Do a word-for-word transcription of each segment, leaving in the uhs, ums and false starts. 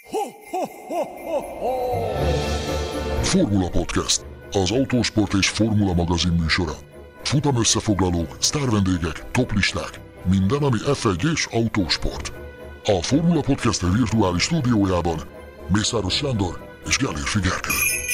Formula Podcast, az autósport és formula magazin műsora. Futam összefoglalók, sztárvendégek, toplisták, minden, ami ef egy és autósport. A Formula Podcast virtuális stúdiójában Mészáros Sándor és Gellérfi Gergő.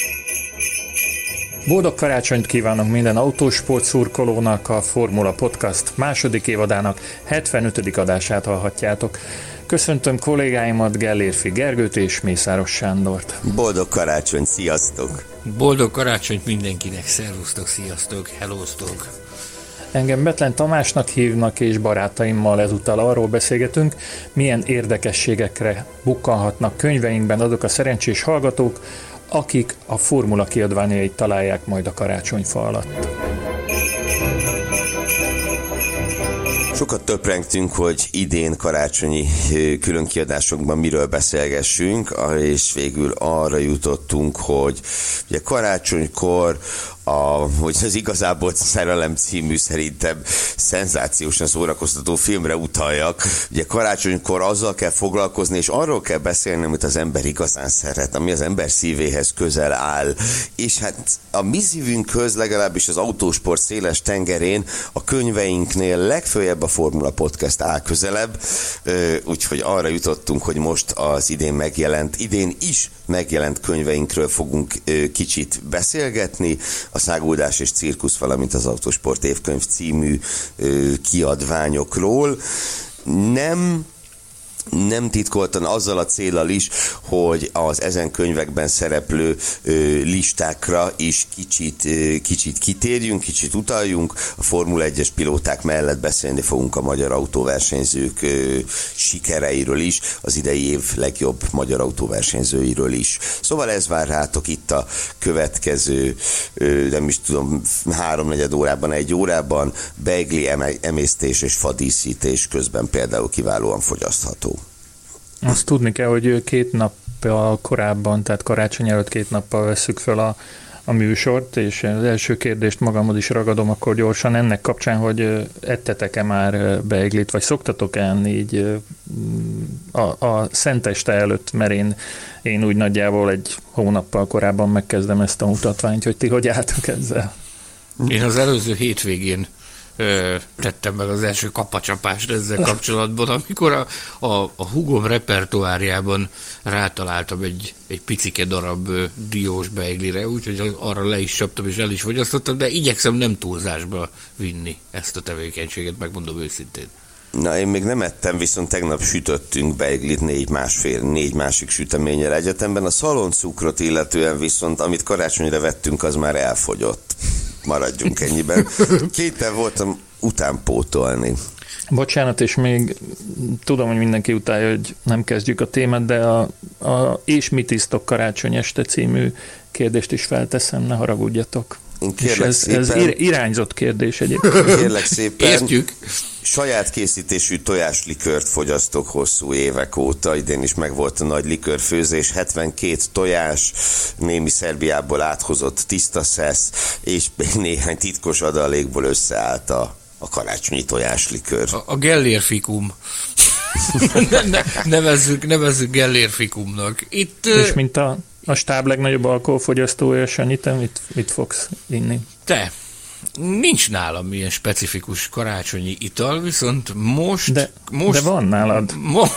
Boldog karácsonyt kívánok minden autósport szurkolónak, a Formula Podcast második évadának hetvenötödik adását hallhatjátok. Köszöntöm kollégáimat, Gellérfi Gergőt és Mészáros Sándort. Boldog karácsony, sziasztok! Boldog karácsonyt mindenkinek, szervusztok, sziasztok, hellóztok! Engem Betlen Tamásnak hívnak, és barátaimmal ezúttal arról beszélgetünk, milyen érdekességekre bukkanhatnak könyveinkben azok a szerencsés hallgatók, akik a formula kiadványait találják majd a karácsonyfa alatt. Sokat töprengtünk, hogy idén karácsonyi különkiadásokban miről beszélgessünk, és végül arra jutottunk, hogy ugye karácsonykor a, hogy az Igazából Szerelem című szerintem szenzációsan szórakoztató filmre utaljak. Ugye karácsonykor azzal kell foglalkozni, és arról kell beszélni, amit az ember igazán szeret, ami az ember szívéhez közel áll. És hát a mi szívünkhöz, legalábbis az autósport széles tengerén, a könyveinknél legfőjebb a Formula Podcast áll közelebb, úgyhogy arra jutottunk, hogy most az idén megjelent, idén is megjelent könyveinkről fogunk kicsit beszélgetni, a Száguldás és Cirkusz, valamint az Autósport évkönyv című kiadványokról. Nem Nem titkoltan azzal a céllal is, hogy az ezen könyvekben szereplő ö, listákra is kicsit, ö, kicsit kitérjünk, kicsit utaljunk. A Formula egyes pilóták mellett beszélni fogunk a magyar autóversenyzők ö, sikereiről is, az idei év legjobb magyar autóversenyzőiről is. Szóval ez vár rátok itt a következő, ö, nem is tudom, háromnegyed órában, egy órában, beigli emésztés és fadíszítés közben például kiválóan fogyasztható. Azt tudni kell, hogy két nappal korábban, tehát karácsony előtt két nappal vesszük fel a, a műsort, és az első kérdést magamhoz is ragadom akkor gyorsan ennek kapcsán, hogy ettetek-e már beiglit, vagy szoktatok enni így a, a Szenteste előtt, mert én, én úgy nagyjából egy hónappal korábban megkezdem ezt a mutatványt, hogy ti hogy álltok ezzel? Én az előző hétvégén Ö, tettem meg az első kapacsapást ezzel kapcsolatban, amikor a, a, a húgom repertoárjában rátaláltam egy, egy picike darab ö, diós beiglire, úgyhogy arra le is csaptam és el is fogyasztottam, de igyekszem nem túlzásba vinni ezt a tevékenységet, megmondom őszintén. Na, én még nem ettem, viszont tegnap sütöttünk beiglit négy másfél, négy másik süteménnyel egyetemben. A szaloncukrot illetően viszont, amit karácsonyra vettünk, az már elfogyott. Maradjunk ennyiben. Kéttel voltam utánpótolni. Bocsánat, és még tudom, hogy mindenki utálja, hogy nem kezdjük a témát, de a, a És mit isztok karácsony este című kérdést is felteszem, ne haragudjatok. És ez, ez irányzott kérdés egyébként. Kérlek szépen. Értjük. Saját készítésű tojáslikört fogyasztok hosszú évek óta, idén is megvolt a nagy likörfőzés, hetvenkét tojás, némi Szerbiából áthozott tiszta szesz, és néhány titkos adalékból összeállt a, a karácsonyi tojáslikör. A, a Gellérfikum. ne, ne, nevezzük, nevezzük Gellérfikumnak. Itt, és mint a, a stáb legnagyobb alkoholfogyasztója, Sanyi, te mit, mit fogsz inni? Te. Nincs nálam ilyen specifikus karácsonyi ital, viszont most... De, most de van nálad. Mo-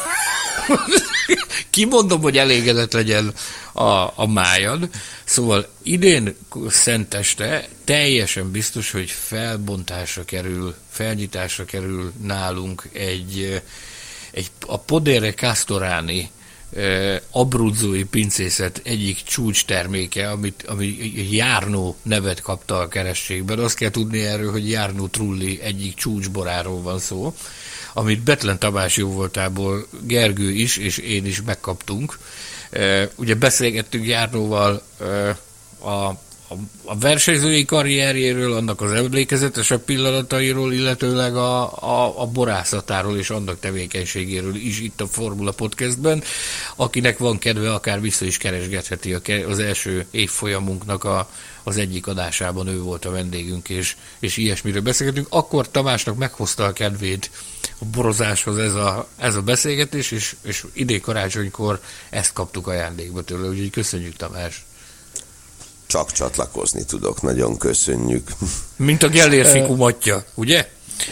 Kimondom, hogy elégedett legyen a, a májad. Szóval idén szenteste teljesen biztos, hogy felbontásra kerül, felnyitásra kerül nálunk egy, egy a Podere Castorani abruzzói pincészet egyik csúcsterméke, amit, ami Járnó nevet kapta a kerességben. Azt kell tudni erről, hogy Járnó Trulli egyik csúcsboráról van szó, amit Betlen Tamás jóvoltából Gergő is, és én is megkaptunk. Ugye beszélgettünk Járnóval a, a versenyzői karrierjéről, annak az emlékezetesebb pillanatairól, illetőleg a, a, a borászatáról és annak tevékenységéről is itt a Formula Podcastben. Akinek van kedve, akár vissza is keresgetheti az első évfolyamunknak a, az egyik adásában ő volt a vendégünk, és, és ilyesmiről beszélgetünk. Akkor Tamásnak meghozta a kedvét a borozáshoz ez a, ez a beszélgetés, és, és idén karácsonykor ezt kaptuk ajándékba tőle, úgyhogy köszönjük, Tamás! Csak csatlakozni tudok, nagyon köszönjük. Mint a Gellérfi kumatja, ugye?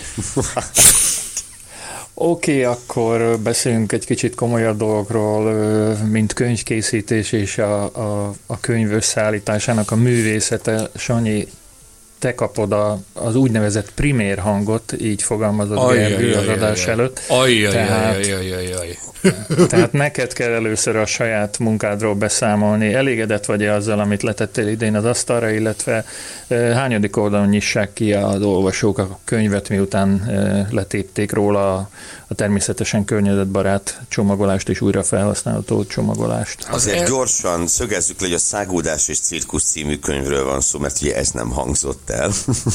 Oké, okay, akkor beszéljünk egy kicsit komolyabb dolgokról, mint könyvkészítés és a, a, a könyv összeállításának a művészete. Sanyi, te kapod a, az úgynevezett primér hangot, így fogalmazott Gergő az adás előtt. Ajjajajajajajajaj. Tehát neked kell először a saját munkádról beszámolni. Elégedett vagy-e azzal, amit letettél idén az asztalra, illetve hányadik oldalon nyissák ki az olvasók a könyvet, miután letépték róla a természetesen környezetbarát csomagolást és újra felhasználható csomagolást? Azért el... gyorsan szögezzük le, hogy a Szágódás és Cirkusz című könyvről van szó, mert ugye ez nem hangzott el.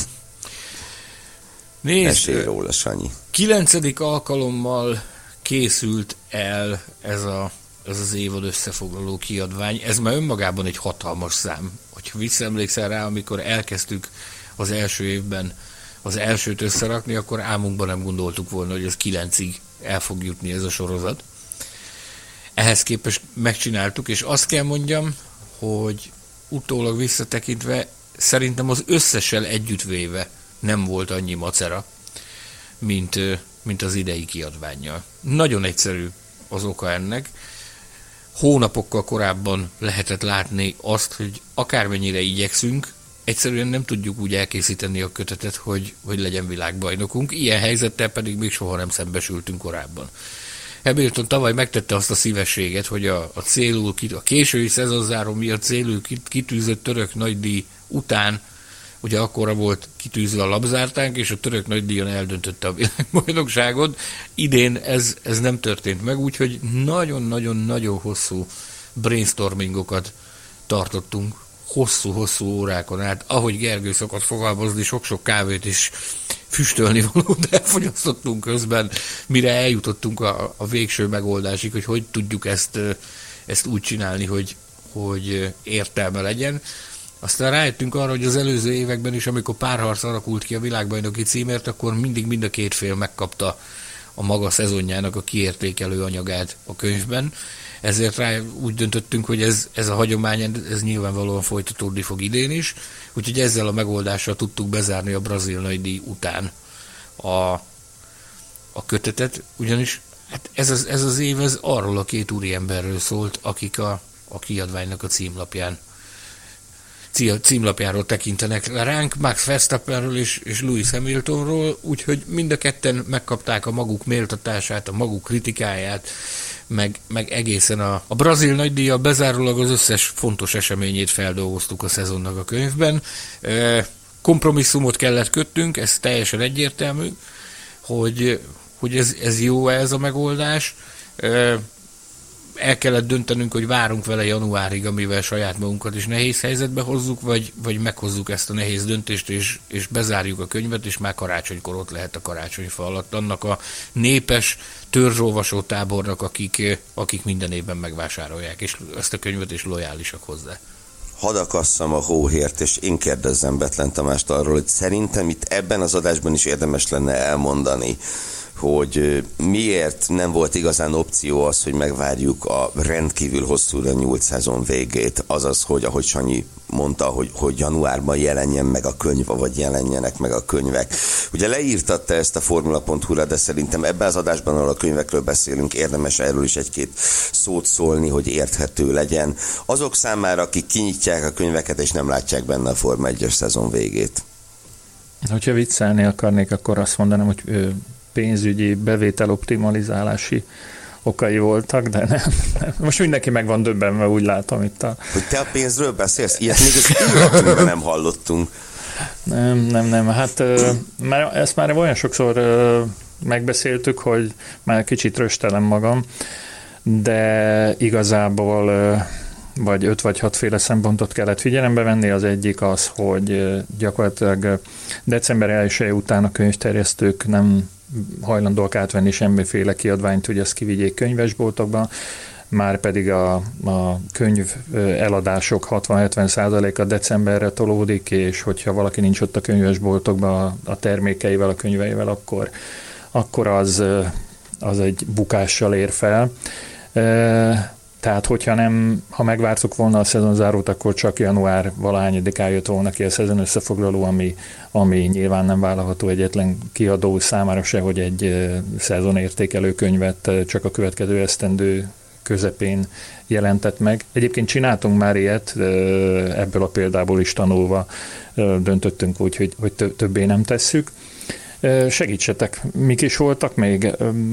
Nézd, mesélj róla, Sanyi. Kilencedik alkalommal készült el ez, a, ez az évad összefoglaló kiadvány. Ez már önmagában egy hatalmas szám. Hogyha visszaemlékszel rá, amikor elkezdtük az első évben az elsőt összerakni, akkor álmunkban nem gondoltuk volna, hogy ez kilencig el fog jutni ez a sorozat. Ehhez képest megcsináltuk, és azt kell mondjam, hogy utólag visszatekintve szerintem az összessel együttvéve nem volt annyi macera, mint, mint az idei kiadvánnyal. Nagyon egyszerű az oka ennek. Hónapokkal korábban lehetett látni azt, hogy akármennyire igyekszünk, egyszerűen nem tudjuk úgy elkészíteni a kötetet, hogy, hogy legyen világbajnokunk. Ilyen helyzettel pedig még soha nem szembesültünk korábban. Hamilton tavaly megtette azt a szívességet, hogy a, a célul, a késői szezonzáró miatt célul kitűzött török nagydíj után, ugye akkora volt kitűzve a labzártánk, és a török nagydíjon eldöntötte a világbajnokságot. Idén ez, ez nem történt meg, úgyhogy nagyon-nagyon-nagyon hosszú brainstormingokat tartottunk, hosszú-hosszú órákon át, ahogy Gergő szokott fogalmazni, sok-sok kávét is füstölni valót elfogyasztottunk közben, mire eljutottunk a, a végső megoldásig, hogy hogy tudjuk ezt, ezt úgy csinálni, hogy, hogy értelme legyen. Aztán rájöttünk arra, hogy az előző években is, amikor párharc alakult ki a világbajnoki címért, akkor mindig mind a két fél megkapta a maga szezonjának a kiértékelő anyagát a könyvben. Ezért rá úgy döntöttünk, hogy ez, ez a hagyomány, ez nyilvánvalóan folytatódni fog idén is, úgyhogy ezzel a megoldással tudtuk bezárni a brazil nagydíj után a, a kötetet, ugyanis hát ez, az, ez az év ez arról a két úriemberről szólt, akik a, a kiadványnak a címlapján címlapjáról tekintenek ránk, Max Verstappenről és, és Lewis Hamiltonról, úgyhogy mind a ketten megkapták a maguk méltatását, a maguk kritikáját, meg, meg egészen a, a brazil nagydíjjal bezárólag az összes fontos eseményét feldolgoztuk a szezonnak a könyvben. E, kompromisszumot kellett kötnünk, ez teljesen egyértelmű, hogy, hogy ez, ez jó ez a megoldás. E, el kellett döntenünk, hogy várunk vele januárig, amivel saját magunkat is nehéz helyzetbe hozzuk, vagy, vagy meghozzuk ezt a nehéz döntést, és, és bezárjuk a könyvet, és már karácsonykor ott lehet a karácsonyfa alatt annak a népes törzsolvasó tábornak, akik, akik minden évben megvásárolják és ezt a könyvet, és lojálisak hozzá. Hadd akasszam a hóhért, és én kérdezzem Bethlen Tamást arról, hogy szerintem itt ebben az adásban is érdemes lenne elmondani, hogy miért nem volt igazán opció az, hogy megvárjuk a rendkívül hosszúra nyúlt szezon végét, azaz, hogy ahogy Sanyi mondta, hogy, hogy januárban jelenjen meg a könyv, vagy jelenjenek meg a könyvek. Ugye leírtatta ezt a formula pont hu-ra, de szerintem ebben az adásban, ahol a könyvekről beszélünk, érdemes erről is egy-két szót szólni, hogy érthető legyen. Azok számára, akik kinyitják a könyveket, és nem látják benne a Forma egyes szezon végét. Hogyha viccelni akarnék, akkor azt mondanám, hogy pénzügyi bevételoptimalizálási okai voltak, de nem, nem. Most mindenki meg van döbbenve, úgy látom itt a... Hogy te a pénzről beszélsz? Ilyet még az életünkben nem hallottunk. Nem, nem, nem. Hát már, ezt már olyan sokszor megbeszéltük, hogy már kicsit röstelem magam, de igazából vagy öt vagy hatféle szempontot kellett figyelembe venni. Az egyik az, hogy gyakorlatilag december elseje után a könyvterjesztők nem hajlandóak átvenni semmiféle kiadványt, hogy ezt kivigyék könyvesboltokba, már pedig a, a könyv eladások hatvan-hetven százaléka decemberre tolódik, és hogyha valaki nincs ott a könyvesboltokban a, a termékeivel, a könyveivel, akkor, akkor az, az egy bukással ér fel. Tehát, hogyha nem, ha megvártuk volna a szezonzárót, akkor csak január valahányadikán jött volna ki a szezon összefoglaló, ami, ami nyilván nem vállalható egyetlen kiadó számára se, hogy egy szezonértékelő könyvet csak a következő esztendő közepén jelentett meg. Egyébként csináltunk már ilyet, ebből a példából is tanulva döntöttünk úgy, hogy, hogy többé nem tesszük. Segítsetek, mik is voltak még?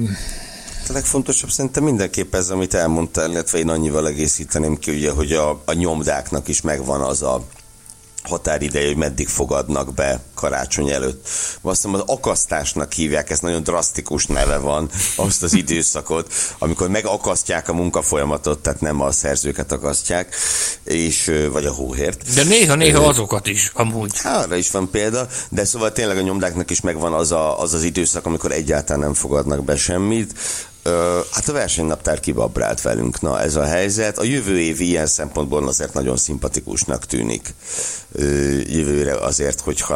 A legfontosabb szerintem mindenképp ez, amit elmondtál, illetve én annyival egészíteném ki, ugye, hogy a, a nyomdáknak is megvan az a határideje, hogy meddig fogadnak be karácsony előtt. Azt hiszem, az akasztásnak hívják, ez nagyon drasztikus neve van, azt az időszakot, amikor megakasztják a munkafolyamatot, tehát nem a szerzőket akasztják, és, vagy a hóhért. De néha-néha azokat is, amúgy. Hát, arra is van példa, de szóval tényleg a nyomdáknak is megvan az, a, az az időszak, amikor egyáltalán nem fogadnak be semmit. Hát a versenynaptár kibabrált velünk, na ez a helyzet. A jövő év ilyen szempontból azért nagyon szimpatikusnak tűnik. Jövőre azért, hogyha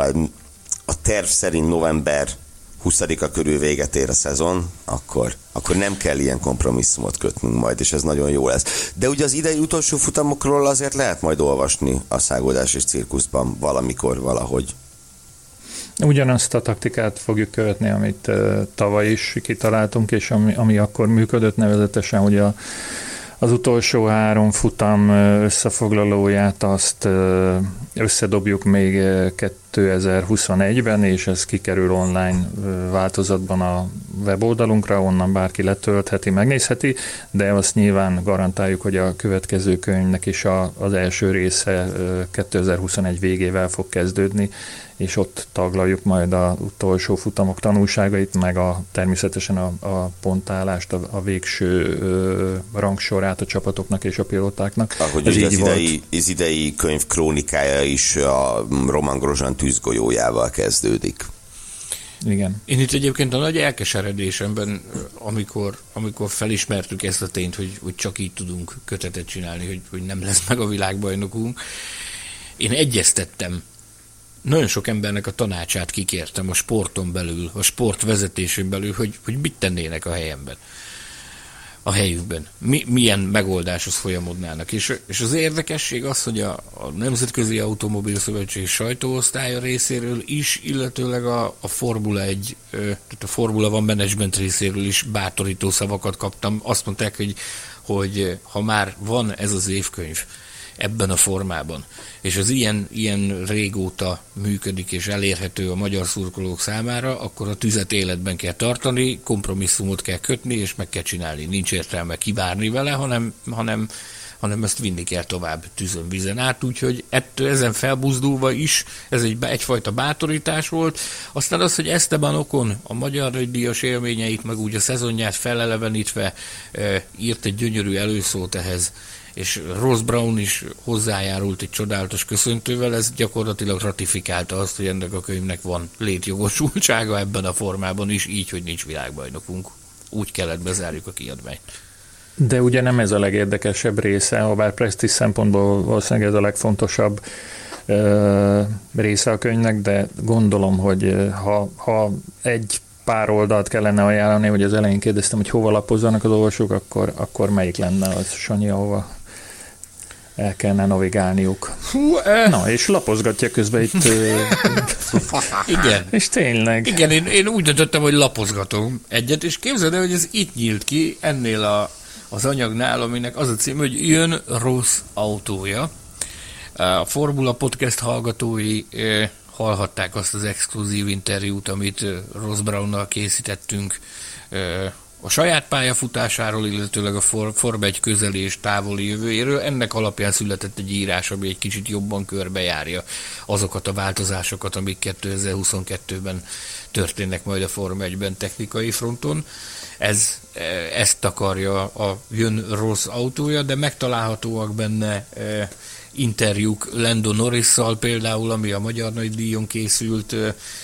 a terv szerint november huszadika körül véget ér a szezon, akkor, akkor nem kell ilyen kompromisszumot kötnünk majd, és ez nagyon jó lesz. De ugye az idei utolsó futamokról azért lehet majd olvasni a Száguldás és Cirkuszban valamikor, valahogy. Ugyanazt a taktikát fogjuk követni, amit uh, tavaly is kitaláltunk, és ami, ami akkor működött, nevezetesen, hogy a, az utolsó három futam összefoglalóját azt uh, összedobjuk még kétezer-huszonegyben, és ez kikerül online uh, változatban a weboldalunkra, onnan bárki letöltheti, megnézheti, de azt nyilván garantáljuk, hogy a következő könyvnek is a, az első része uh, kétezer-huszonegy végével fog kezdődni, és ott taglaljuk majd az utolsó futamok tanulságait, meg a, természetesen a, a pontállást, a, a végső ö, rangsorát a csapatoknak és a pilótáknak. Ahogy az idei, az idei könyv krónikája is a Roman Grosjean tűzgolyójával kezdődik. Igen. Én itt egyébként a nagy elkeseredésemben, amikor, amikor felismertük ezt a tényt, hogy, hogy csak így tudunk kötetet csinálni, hogy, hogy nem lesz meg a világbajnokunk, én egyeztettem, nagyon sok embernek a tanácsát kikértem a sporton belül, a sport vezetésén belül, hogy, hogy mit tennének a helyemben, a helyükben. Mi, milyen megoldáshoz folyamodnának. És, és az érdekesség az, hogy a, a Nemzetközi Automobil Szövetség sajtóosztálya részéről is, illetőleg a, a Formula egy, tehát a Formula One Management részéről is bátorító szavakat kaptam. Azt mondták, hogy, hogy ha már van ez az évkönyv, ebben a formában, és az ilyen, ilyen régóta működik és elérhető a magyar szurkolók számára, akkor a tüzet életben kell tartani, kompromisszumot kell kötni, és meg kell csinálni. Nincs értelme kivárni vele, hanem, hanem, hanem ezt vinni kell tovább tűzön vizen át, úgyhogy ettől, ezen felbuzdulva is ez egy, egyfajta bátorítás volt. Aztán az, hogy Esteban Ocon a magyar díjas élményeit, meg úgy a szezonját felelevenítve e, írt egy gyönyörű előszót ehhez, és Ross Brown is hozzájárult egy csodálatos köszöntővel, ez gyakorlatilag ratifikálta azt, hogy ennek a könyvnek van létjogosultsága ebben a formában is, így, hogy nincs világbajnokunk. Úgy kellett bezárjuk a kiadványt. De ugye nem ez a legérdekesebb része, ha bár presztízs szempontból valószínűleg ez a legfontosabb ö, része a könyvnek, de gondolom, hogy ha, ha egy pár oldalt kellene ajánlani, hogy az elején kérdeztem, hogy hova lapozzanak az olvasók, akkor, akkor melyik lenne az, Sanyi, ahova el kellene navigálniuk. Hú, eh. Na, és lapozgatja közben itt. Igen. És tényleg. Igen, én, én úgy döntöttem, hogy lapozgatom egyet, és képzeld el, hogy ez itt nyílt ki ennél a, az anyagnál, aminek az a cím, hogy Jön rossz autója. A Formula Podcast hallgatói eh, hallhatták azt az exkluzív interjút, amit Ross Brownnal készítettünk eh, a saját pályafutásáról, illetőleg a Forma egy közeli és távoli jövőjéről. Ennek alapján született egy írás, ami egy kicsit jobban körbejárja azokat a változásokat, amik kétezer-huszonkettőben történnek majd a Forma egyben technikai fronton. Ez ezt akarja a jön rossz autója, de megtalálhatóak benne interjúk Lando Norrisszal például, ami a Magyar Nagydíjon készült,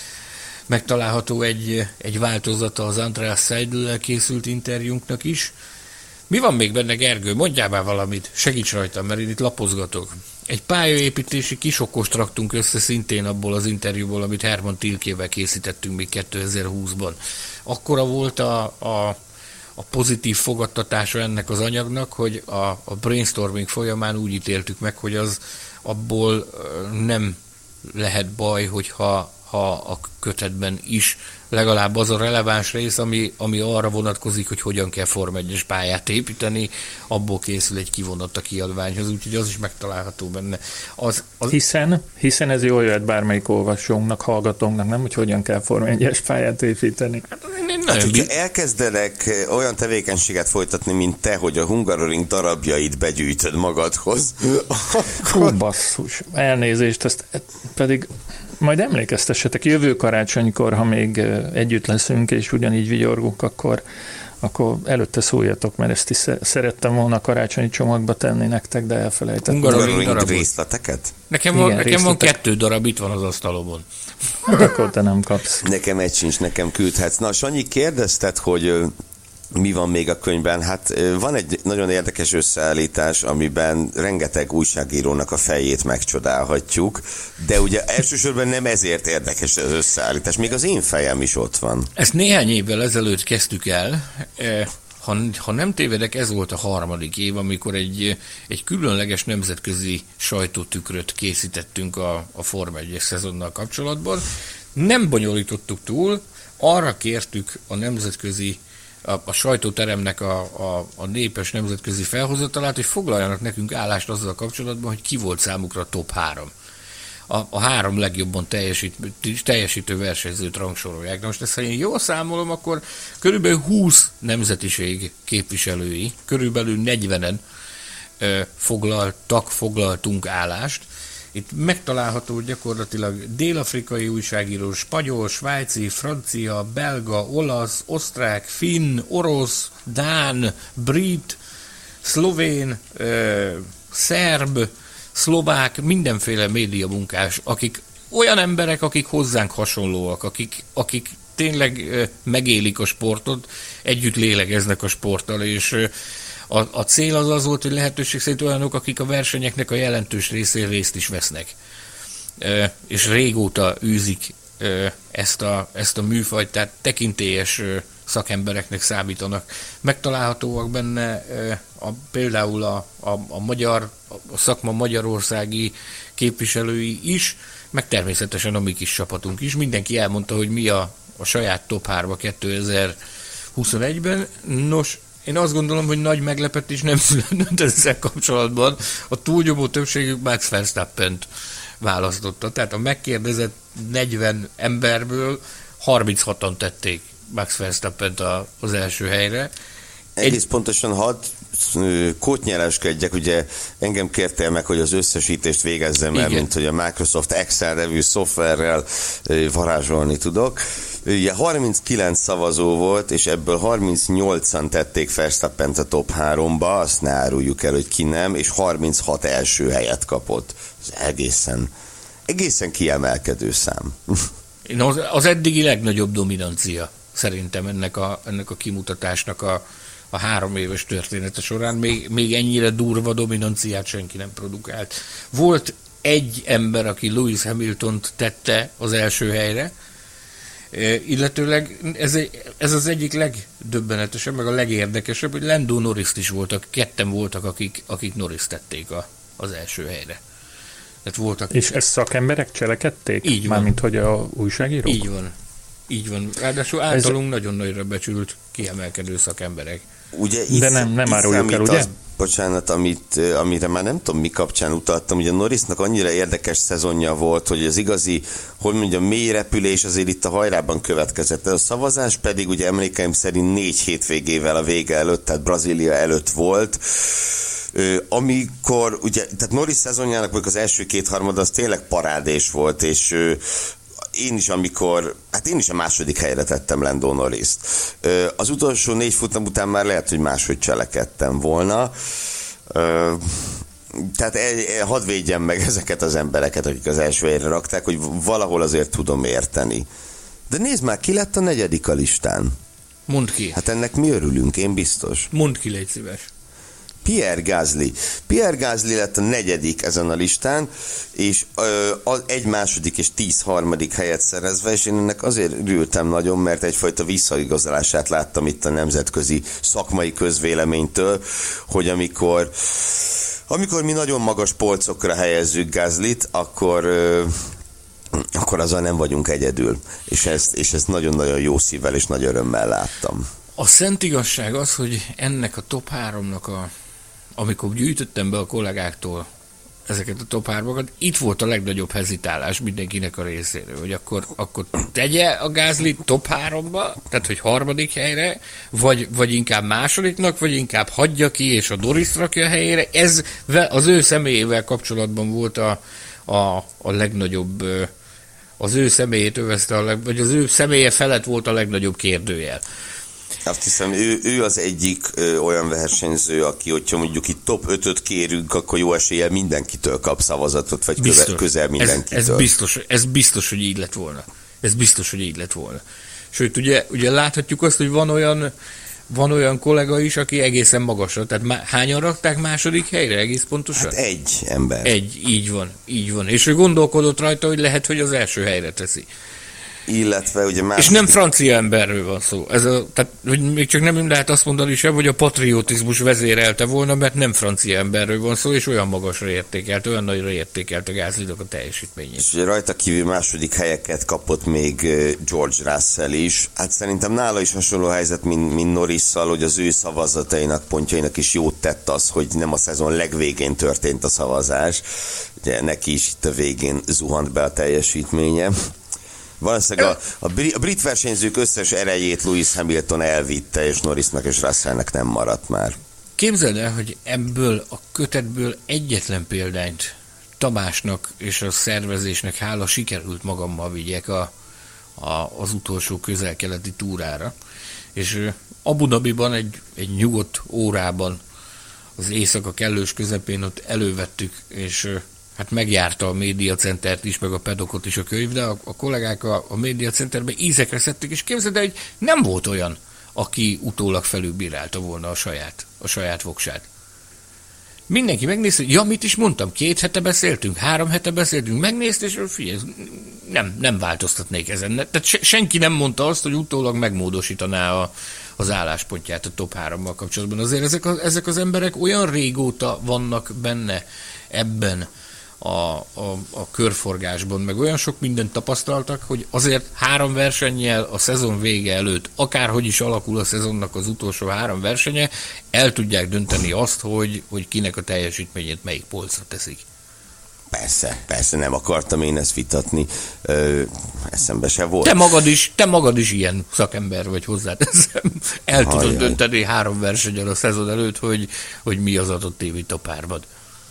megtalálható egy, egy változata az Andreas Seidl-lel készült interjúnknak is. Mi van még benne, Gergő? Mondjál már valamit, segíts rajtam, mert én itt lapozgatok. Egy pályaépítési kisokost raktunk össze szintén abból az interjúból, amit Herman Tilkével készítettünk még kétezer-húszban. Akkora volt a, a, a pozitív fogadtatása ennek az anyagnak, hogy a, a brainstorming folyamán úgy ítéltük meg, hogy az abból nem lehet baj, hogyha ha a kötetben is legalább az a releváns rész, ami, ami arra vonatkozik, hogy hogyan kell Forma egyes pályát építeni, abból készül egy kivonat a kiadványhoz, úgyhogy az is megtalálható benne. Az, az... Hiszen, hiszen ez jól jöhet bármelyik olvasónknak, hallgatónknak, nem, hogy hogyan kell Forma egyes pályát építeni. Hát, hogyha elkezdenek olyan tevékenységet folytatni, mint te, hogy a Hungaroring darabjait begyűjtöd magadhoz. Hú, basszus, elnézést, ezt pedig majd emlékeztessetek, jövő karácsonykor, ha még együtt leszünk, és ugyanígy vigyorgunk, akkor, akkor előtte szóljatok, mert ezt is szerettem volna a karácsonyi csomagba tenni nektek, de elfelejtettem. Hungaroring részleteket? Nekem, van, Igen, nekem van kettő darab, itt van az asztalomon. Hát akkor te nem kapsz. Nekem egy sincs, nekem küldhetsz. Na, Sanyi, kérdezted, hogy mi van még a könyvben? Hát van egy nagyon érdekes összeállítás, amiben rengeteg újságírónak a fejét megcsodálhatjuk, de ugye elsősorban nem ezért érdekes az összeállítás, még az én fejem is ott van. Ezt néhány évvel ezelőtt kezdtük el, ha, ha nem tévedek, ez volt a harmadik év, amikor egy, egy különleges nemzetközi sajtótükröt készítettünk a, a Forma egyes szezonnal kapcsolatban. Nem bonyolítottuk túl, arra kértük a nemzetközi A, a sajtóteremnek a, a, a népes nemzetközi felhozatalát, hogy foglaljanak nekünk állást azzal kapcsolatban, hogy ki volt számukra a top három. A, a három legjobban teljesít, teljesítő versenyzőt rangsorolják. De most ezt, ha én jól számolom, akkor körülbelül húsz nemzetiség képviselői, körülbelül negyvenen ö, foglaltak, foglaltunk állást. Itt megtalálható gyakorlatilag dél-afrikai újságíró, spanyol, svájci, francia, belga, olasz, osztrák, finn, orosz, dán, brit, szlovén, ö, szerb, szlovák, mindenféle médiamunkás, akik olyan emberek, akik hozzánk hasonlóak, akik, akik tényleg ö, megélik a sportot, együtt lélegeznek a sporttal, és ö, A, a cél az az volt, hogy lehetőség szerint olyanok, akik a versenyeknek a jelentős részén részt is vesznek. E, és régóta űzik e, ezt, a, ezt a műfajt, tehát tekintélyes e, szakembereknek számítanak. Megtalálhatóak benne e, a, például a, a, a magyar, a szakma magyarországi képviselői is, meg természetesen a mi kis csapatunk is. Mindenki elmondta, hogy mi a, a saját top három kétezer-huszonegyben. Nos, én azt gondolom, hogy nagy meglepetés nem született ezzel kapcsolatban. A túlnyomó többségük Max Verstappent választotta. Tehát a megkérdezett negyven emberből harminchatan tették Max Verstappent az első helyre. Egész Egy... pontosan hadd kótnyeleskedjek, ugye engem kértél meg, hogy az összesítést végezzem el, mint hogy a Microsoft Excel nevű szoftverrel varázsolni tudok. Ugye harminckilenc szavazó volt, és ebből harmincnyolcan tették Verstappent a top háromba, azt ne áruljuk el, hogy ki nem, és harminchat első helyet kapott. Ez egészen, egészen kiemelkedő szám. Az, az eddigi legnagyobb dominancia szerintem ennek a, ennek a kimutatásnak a, a három éves története során. Még, még ennyire durva dominanciát senki nem produkált. Volt egy ember, aki Lewis Hamiltont tette az első helyre, illetőleg ez, ez az egyik legdöbbenetesebb, meg a legérdekesebb, hogy Lando Norris is voltak, ketten voltak, akik, akik Norris tették a, az első helyre. Tehát voltak, és ezt szakemberek cselekedték? Így van. Mármint, hogy a újságírók? Így van. Így van. Ráadásul általunk ez... nagyon nagyra becsült, kiemelkedő szakemberek. Ugye, isz, De nem, nem áruljuk el, ugye? Az, bocsánat, amit, amire már nem tudom mi kapcsán utaltam, ugye Norrisnak annyira érdekes szezonja volt, hogy az igazi, hogy mondjam, mély repülés azért itt a hajrában következett. A szavazás pedig ugye emlékeim szerint négy hétvégével a vége előtt, tehát Brazília előtt volt, amikor ugye, tehát Norris szezonjának az első kétharmad az tényleg parádés volt, és én is, amikor, hát én is a második helyre tettem Lando Norrist. Az utolsó négy futam után már lehet, hogy máshogy cselekedtem volna. Tehát hadd védjem meg ezeket az embereket, akik az első helyre rakták, hogy valahol azért tudom érteni. De nézd már, ki lett a negyedik a listán? Mondd ki. Hát ennek mi örülünk, én biztos. Mondd ki, légy szíves. Pierre Gasly. Pierre Gasly lett a negyedik ezen a listán, és ö, az egy második és tíz harmadik helyet szerezve, és én ennek azért örültem nagyon, mert egyfajta visszaigazolását láttam itt a nemzetközi szakmai közvéleménytől, hogy amikor amikor mi nagyon magas polcokra helyezzük Gaslyt, akkor ö, akkor azzal nem vagyunk egyedül. És ezt, és ezt nagyon-nagyon jó szívvel és nagy örömmel láttam. A szent igazság az, hogy ennek a top háromnak a amikor gyűjtöttem be a kollégáktól ezeket a top hármakat, itt volt a legnagyobb hezitálás mindenkinek a részéről, hogy akkor, akkor tegye a Gasly top háromba, tehát hogy harmadik helyre, vagy, vagy inkább másodiknak, vagy inkább hagyja ki, és a Norris rakja a helyére. Ez az ő személyével kapcsolatban volt a, a, a legnagyobb, az ő személyét övezte, a leg, vagy az ő személye felett volt a legnagyobb kérdőjel. Azt hiszem, ő, ő az egyik ö, olyan versenyző, aki, hogyha mondjuk itt top ötöt kérünk, akkor jó eséllyel mindenkitől kap szavazatot, vagy közel, közel mindenkitől. Ez, ez, biztos, ez biztos, hogy így lett volna. Ez biztos, hogy így lett volna. Sőt, ugye, ugye láthatjuk azt, hogy van olyan, van olyan kollega is, aki egészen magasra. Tehát má, hányan rakták második helyre egész pontosan? Hát egy ember. Egy, így van, így van. És ő gondolkodott rajta, hogy lehet, hogy az első helyre teszi. Illetve ugye második... És nem francia emberről van szó. Ez a, tehát, hogy még csak nem lehet azt mondani sem, hogy a patriotizmus vezérelte volna, mert nem francia emberről van szó, és olyan magasra értékelt, olyan nagyra értékelt a Gaslynak a teljesítményét. És ugye rajta kívül második helyeket kapott még George Russell is. Hát szerintem nála is hasonló helyzet, mint, mint Norrisszal, hogy az ő szavazatainak, pontjainak is jót tett az, hogy nem a szezon legvégén történt a szavazás. Ugye neki is itt a végén zuhant be a teljesítménye. Valószínűleg a, a, brit, a brit versenyzők összes erejét Lewis Hamilton elvitte, és Norrisnak és Russellnek nem maradt már. Képzeld el, hogy ebből a kötetből egyetlen példányt Tamásnak és a szervezésnek hála sikerült magammal vigyek a, a, az utolsó közel-keleti túrára. És Abu Dhabiban egy, egy nyugodt órában az éjszaka kellős közepén ott elővettük, és hát megjárta a Media Centert is, meg a pedokot is a könyv, de a, a kollégák a, a Media Centerben ízekre szedték, és képzeld el, hogy nem volt olyan, aki utólag felülbírálta volna a saját, a saját voksát. Mindenki megnézte, ja, mit is mondtam, két hete beszéltünk, három hete beszéltünk, megnézte, és figyelj, nem, nem változtatnék ezen. Tehát se, senki nem mondta azt, hogy utólag megmódosítaná a, az álláspontját a top hárommal kapcsolatban. Azért ezek, a, ezek az emberek olyan régóta vannak benne ebben A, a, a körforgásban, meg olyan sok mindent tapasztaltak, hogy azért három versennyel a szezon vége előtt, akárhogy is alakul a szezonnak az utolsó három versenye, el tudják dönteni azt, hogy, hogy kinek a teljesítményét melyik polcra teszik. Persze, persze, nem akartam én ezt vitatni, Ö, eszembe se volt. Te magad is, te magad is ilyen szakember vagy hozzáteszem. El Hajjaj. tudod dönteni három versennyel a szezon előtt, hogy, hogy mi az adott évi topárvad.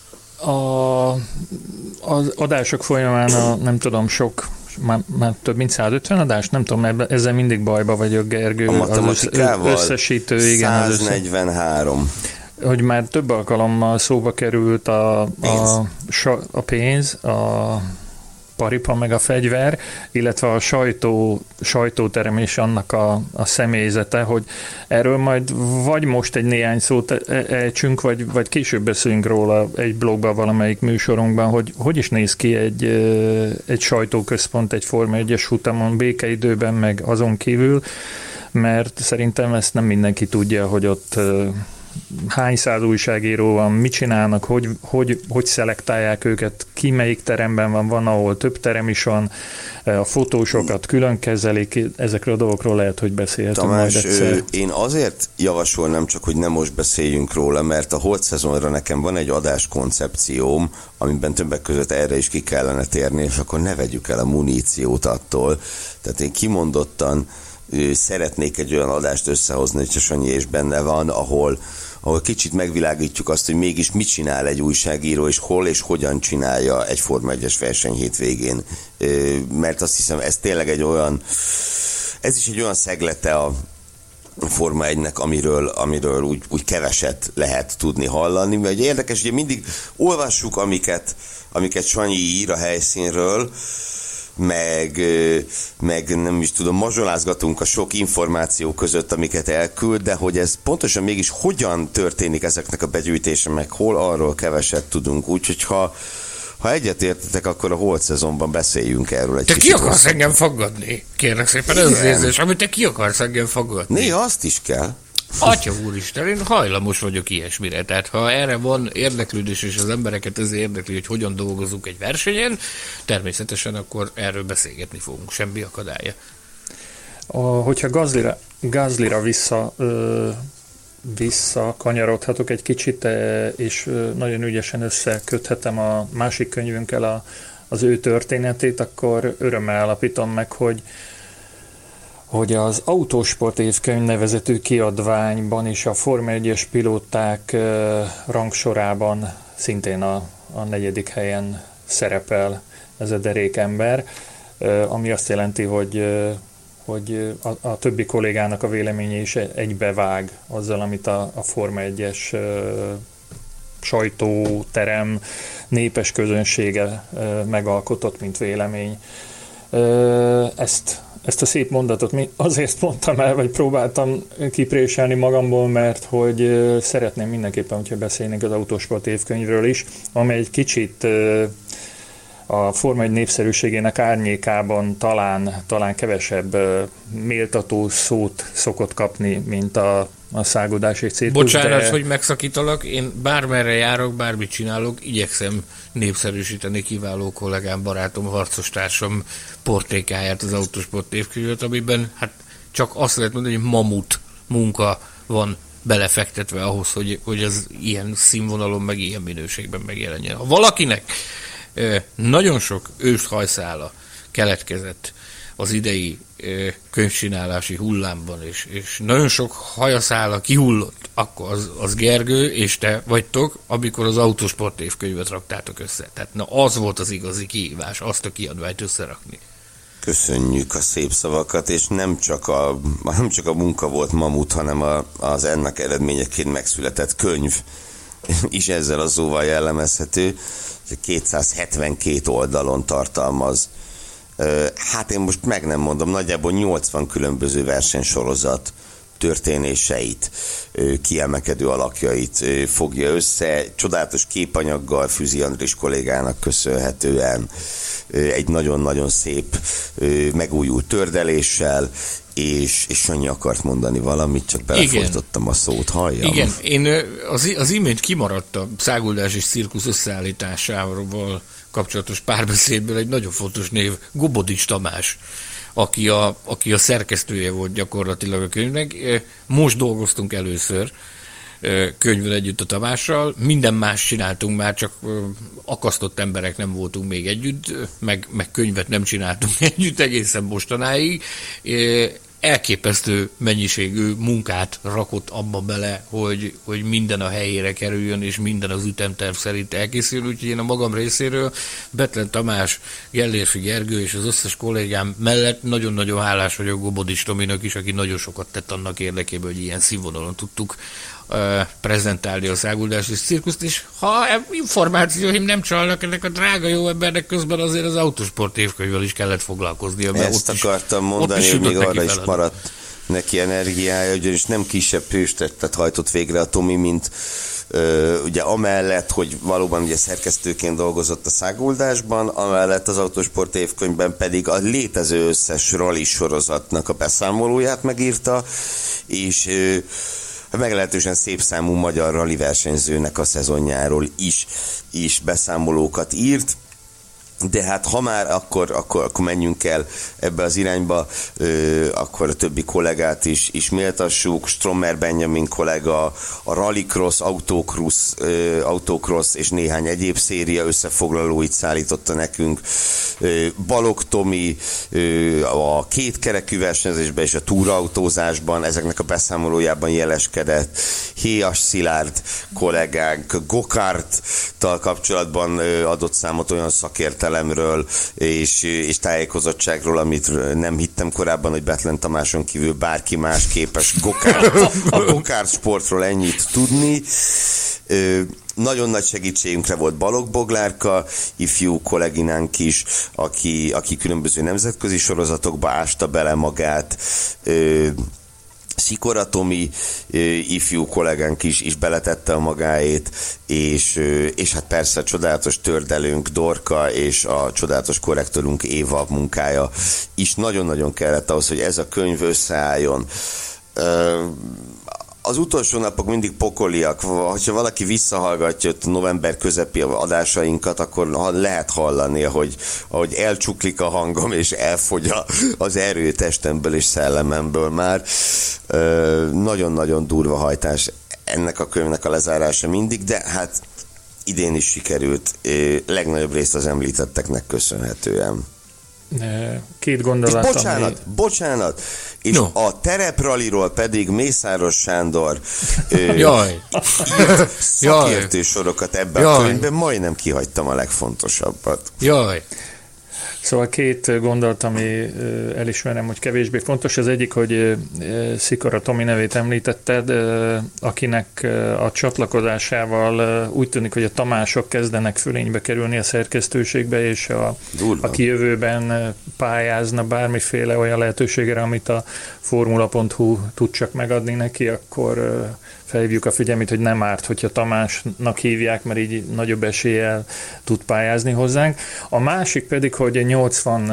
A, az adások folyamán a, nem tudom, sok, már, már több mint száz ötven adás, nem tudom, mert ezzel mindig bajba vagyok, Gergő. A matematikával az összesítő, igen. száznegyvenhárom. Hogy már több alkalommal szóba került a, a, a, a pénz, a paripa meg a fegyver, illetve a sajtó, sajtóterem és annak a, a személyzete, hogy erről majd vagy most egy néhány szót ejtsünk, vagy, vagy később beszélünk róla egy blogban, valamelyik műsorunkban, hogy hogy is néz ki egy, egy sajtóközpont egy Forma egyes futamon békeidőben, meg azon kívül, mert szerintem ezt nem mindenki tudja, hogy ott hány száz újságíró van, mit csinálnak, hogy, hogy, hogy szelektálják őket, ki melyik teremben van, van, ahol több terem is van, a fotósokat külön kezelik, ezekről a dolgokról lehet, hogy beszélhetünk Tamás, majd egyszer. Én azért javasolnám csak, hogy nem most beszéljünk róla, mert a holt szezonra nekem van egy adás koncepcióm, amiben többek között erre is ki kellene térni, és akkor ne vegyük el a muníciót attól. Tehát én kimondottan szeretnék egy olyan adást összehozni, hogy Sanyi is benne van, ahol, ahol kicsit megvilágítjuk azt, hogy mégis mit csinál egy újságíró, és hol és hogyan csinálja egy Forma egyes verseny hétvégén. Mert azt hiszem, ez tényleg egy olyan, ez is egy olyan szeglete a Forma egynek, amiről, amiről úgy, úgy keveset lehet tudni hallani. Mert érdekes, ugye mindig olvassuk, amiket, amiket Sanyi ír a helyszínről, meg, meg nem is tudom, mazsolázgatunk a sok információ között, amiket elküld, de hogy ez pontosan mégis hogyan történik ezeknek a begyűjtése, meg hol, arról keveset tudunk. Úgyhogy ha, ha egyetértetek, akkor a holt szezonban beszéljünk erről egy te kicsit. Te ki akarsz hosszabban. Engem faggatni? Kérlek szépen, ez az érzés, amit te ki akarsz engem faggatni? Néha azt is kell. Atya úristen, én hajlamos vagyok ilyesmire. Tehát ha erre van érdeklődés, és az embereket ez érdekli, hogy hogyan dolgozunk egy versenyen, természetesen akkor erről beszélgetni fogunk, semmi akadálya. A, hogyha Gazlira, Gazlira vissza, ö, vissza kanyarodhatok egy kicsit, és nagyon ügyesen összeköthetem a másik könyvünkkel a, az ő történetét, akkor örömmel állapítom meg, hogy hogy az Autósport évkönyv nevezetű kiadványban és a Forma egyes pilóták rangsorában szintén a, a negyedik helyen szerepel ez a derék ember, ami azt jelenti, hogy, hogy a, a többi kollégának a véleménye is egybevág azzal, amit a, a Forma egyes sajtóterem népes közönsége megalkotott, mint vélemény. Ezt Ezt a szép mondatot azért mondtam el, vagy próbáltam kipréselni magamból, mert hogy szeretném mindenképpen, hogyha beszélnénk az Autósport évkönyvről is, amely egy kicsit a Forma egy népszerűségének árnyékában talán, talán kevesebb méltató szót szokott kapni, mint a, a szágodás és cirkusz. Bocsánat, de... hogy megszakítalak, én bármerre járok, bármit csinálok, igyekszem népszerűsíteni kiváló kollégám, barátom, harcostársam portékáját, az Autósport évkönyvet, amiben hát csak azt lehet mondani, hogy mamut munka van belefektetve ahhoz, hogy, hogy az ilyen színvonalon, meg ilyen minőségben megjelenjen. Ha valakinek nagyon sok őszhajszála keletkezett az idei könyvcsinálási hullámban, és, és nagyon sok hajaszála kihullott, akkor az, az Gergő és te vagytok, amikor az Autósport évkönyvet raktátok össze. Tehát na, az volt az igazi kihívás, azt a kiadványt összerakni. Köszönjük a szép szavakat, és nem csak a, nem csak a munka volt mamut, hanem a, az ennek eredményeként megszületett könyv is ezzel a szóval jellemezhető. kétszázhetvenkét oldalon tartalmaz. Hát én most meg nem mondom, nagyjából nyolcvan különböző versenysorozat történéseit, kiemelkedő alakjait fogja össze, csodálatos képanyaggal Füzi Andris kollégának köszönhetően, egy nagyon-nagyon szép megújult tördeléssel, és, és Sanyi akart mondani valamit, csak belefolytottam a szót, halljam. Igen, én az, az imént kimaradt a száguldás és cirkusz összeállításával kapcsolatos párbeszédből egy nagyon fontos név, Gobodics Tamás, aki a, aki a szerkesztője volt gyakorlatilag a könyvnek. Most dolgoztunk először könyvvel együtt a Tamással, minden más csináltunk már, csak akasztott emberek nem voltunk még együtt, meg, meg könyvet nem csináltunk együtt egészen mostanáig. Elképesztő mennyiségű munkát rakott abba bele, hogy, hogy minden a helyére kerüljön, és minden az ütemterv szerint elkészül, úgyhogy én a magam részéről Bethlen Tamás, Gellérfi Gergő és az összes kollégám mellett nagyon-nagyon hálás vagyok Gobodics Tominak is, aki nagyon sokat tett annak érdekében, hogy ilyen színvonalon tudtuk uh, prezentálni a száguldás és cirkuszt, és ha információim nem csalnak, ennek a drága jó embernek közben azért az Autósport évkönyvvel is kellett foglalkoznia. Ezt akartam is, mondani, hogy még arra is maradt neki energiája, ugyanis nem kisebb hőstettet hajtott végre a Tomi, mint ö, ugye amellett, hogy valóban ugye szerkesztőként dolgozott a száguldásban, amellett az Autósport évkönyvben pedig a létező összes rally sorozatnak a beszámolóját megírta, és ö, meglehetősen szép számú magyar rally versenyzőnek a szezonjáról is, is beszámolókat írt. de hát ha már, akkor, akkor, akkor menjünk el ebbe az irányba, ö, akkor a többi kollégát is, is méltassuk. Strommer Benjamin kollega, a Rallycross, Autocross, ö, Autocross és néhány egyéb széria összefoglalóit szállította nekünk. Ö, Balogh Tomi ö, a kétkerekű versenyzésben és a túrautózásban, ezeknek a beszámolójában jeleskedett. Héjas Szilárd kollégánk go-karttal kapcsolatban ö, adott számot olyan szakértelmről és, és tájékozottságról, amit nem hittem korábban, hogy Bethlen Tamáson kívül bárki más képes go-kart, a go-kart sportról ennyit tudni. Ö, nagyon nagy segítségünkre volt Balogh Boglárka, ifjú kolléginánk is, aki, aki különböző nemzetközi sorozatokba ásta bele magát. Ö, Szikora Tomi ifjú kollégánk is, is beletette a magáét, és, és hát persze a csodálatos tördelőnk Dorka és a csodálatos korrektorunk Éva munkája is nagyon-nagyon kellett ahhoz, hogy ez a könyv összeálljon. Az utolsó napok mindig pokoliak. Ha valaki visszahallgatja a november közepi adásainkat, akkor lehet hallani, hogy, ahogy elcsuklik a hangom, és elfogy az erő testemből és szellememből már. Nagyon-nagyon durva hajtás ennek a könyvnek a lezárása mindig, de hát idén is sikerült, legnagyobb részt az említetteknek köszönhetően. Két gondolat. És bocsánat, ami... bocsánat, és no. a terepraliról pedig Mészáros Sándor Jaj. szakértő sorokat ebben Jaj. a könyvben, majdnem kihagytam a legfontosabbat. Jaj. Szóval két gondolat, ami elismerem, hogy kevésbé fontos. Az egyik, hogy Szikora Tomi nevét említetted, akinek a csatlakozásával úgy tűnik, hogy a Tamások kezdenek fölénybe kerülni a szerkesztőségbe, és a, aki jövőben pályázna bármiféle olyan lehetőségre, amit a formula pont hu tud csak megadni neki, akkor felhívjuk a figyelmét, hogy nem árt, hogyha Tamásnak hívják, mert így nagyobb eséllyel tud pályázni hozzánk. A másik pedig, hogy nyolcvan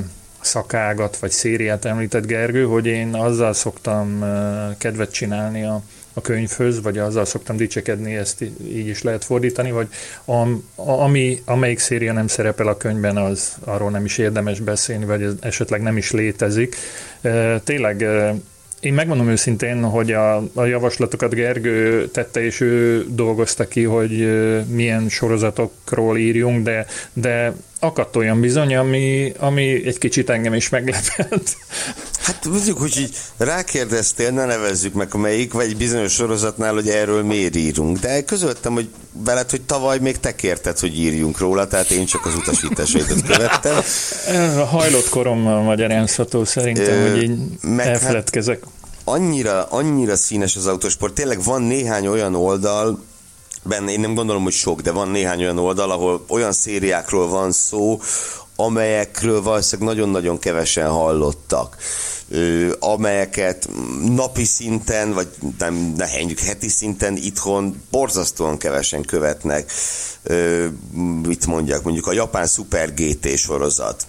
szakágat vagy szériát említett Gergő, hogy én azzal szoktam kedvet csinálni a, a könyvhöz, vagy azzal szoktam dicsekedni, ezt így is lehet fordítani, hogy a, a, ami, amelyik széria nem szerepel a könyvben, az arról nem is érdemes beszélni, vagy ez esetleg nem is létezik. Tényleg én megmondom őszintén, hogy a, a javaslatokat Gergő tette, és ő dolgozta ki, hogy milyen sorozatokról írjunk, de, de akadt olyan bizony, ami, ami egy kicsit engem is meglepett. Hát mondjuk, hogy így rákérdeztél, ne nevezzük meg melyik, vagy egy bizonyos sorozatnál, hogy erről miért írunk. De közöltem, hogy veled, hogy tavaly még te kérted, hogy írjunk róla, tehát én csak az utasításaidat követtem. A hajlott korommal magyarázható szerintem, Ö, hogy így elfeledkezek. Hát annyira, annyira színes az autósport. Tényleg van néhány olyan oldal, benne, én nem gondolom, hogy sok, de van néhány olyan oldal, ahol olyan szériákról van szó, amelyekről valószínűleg nagyon-nagyon kevesen hallottak, ö, amelyeket napi szinten, vagy nem, ne helyünk, heti szinten itthon borzasztóan kevesen követnek. Ö, mit mondjak, mondjuk a japán Super gé té sorozat.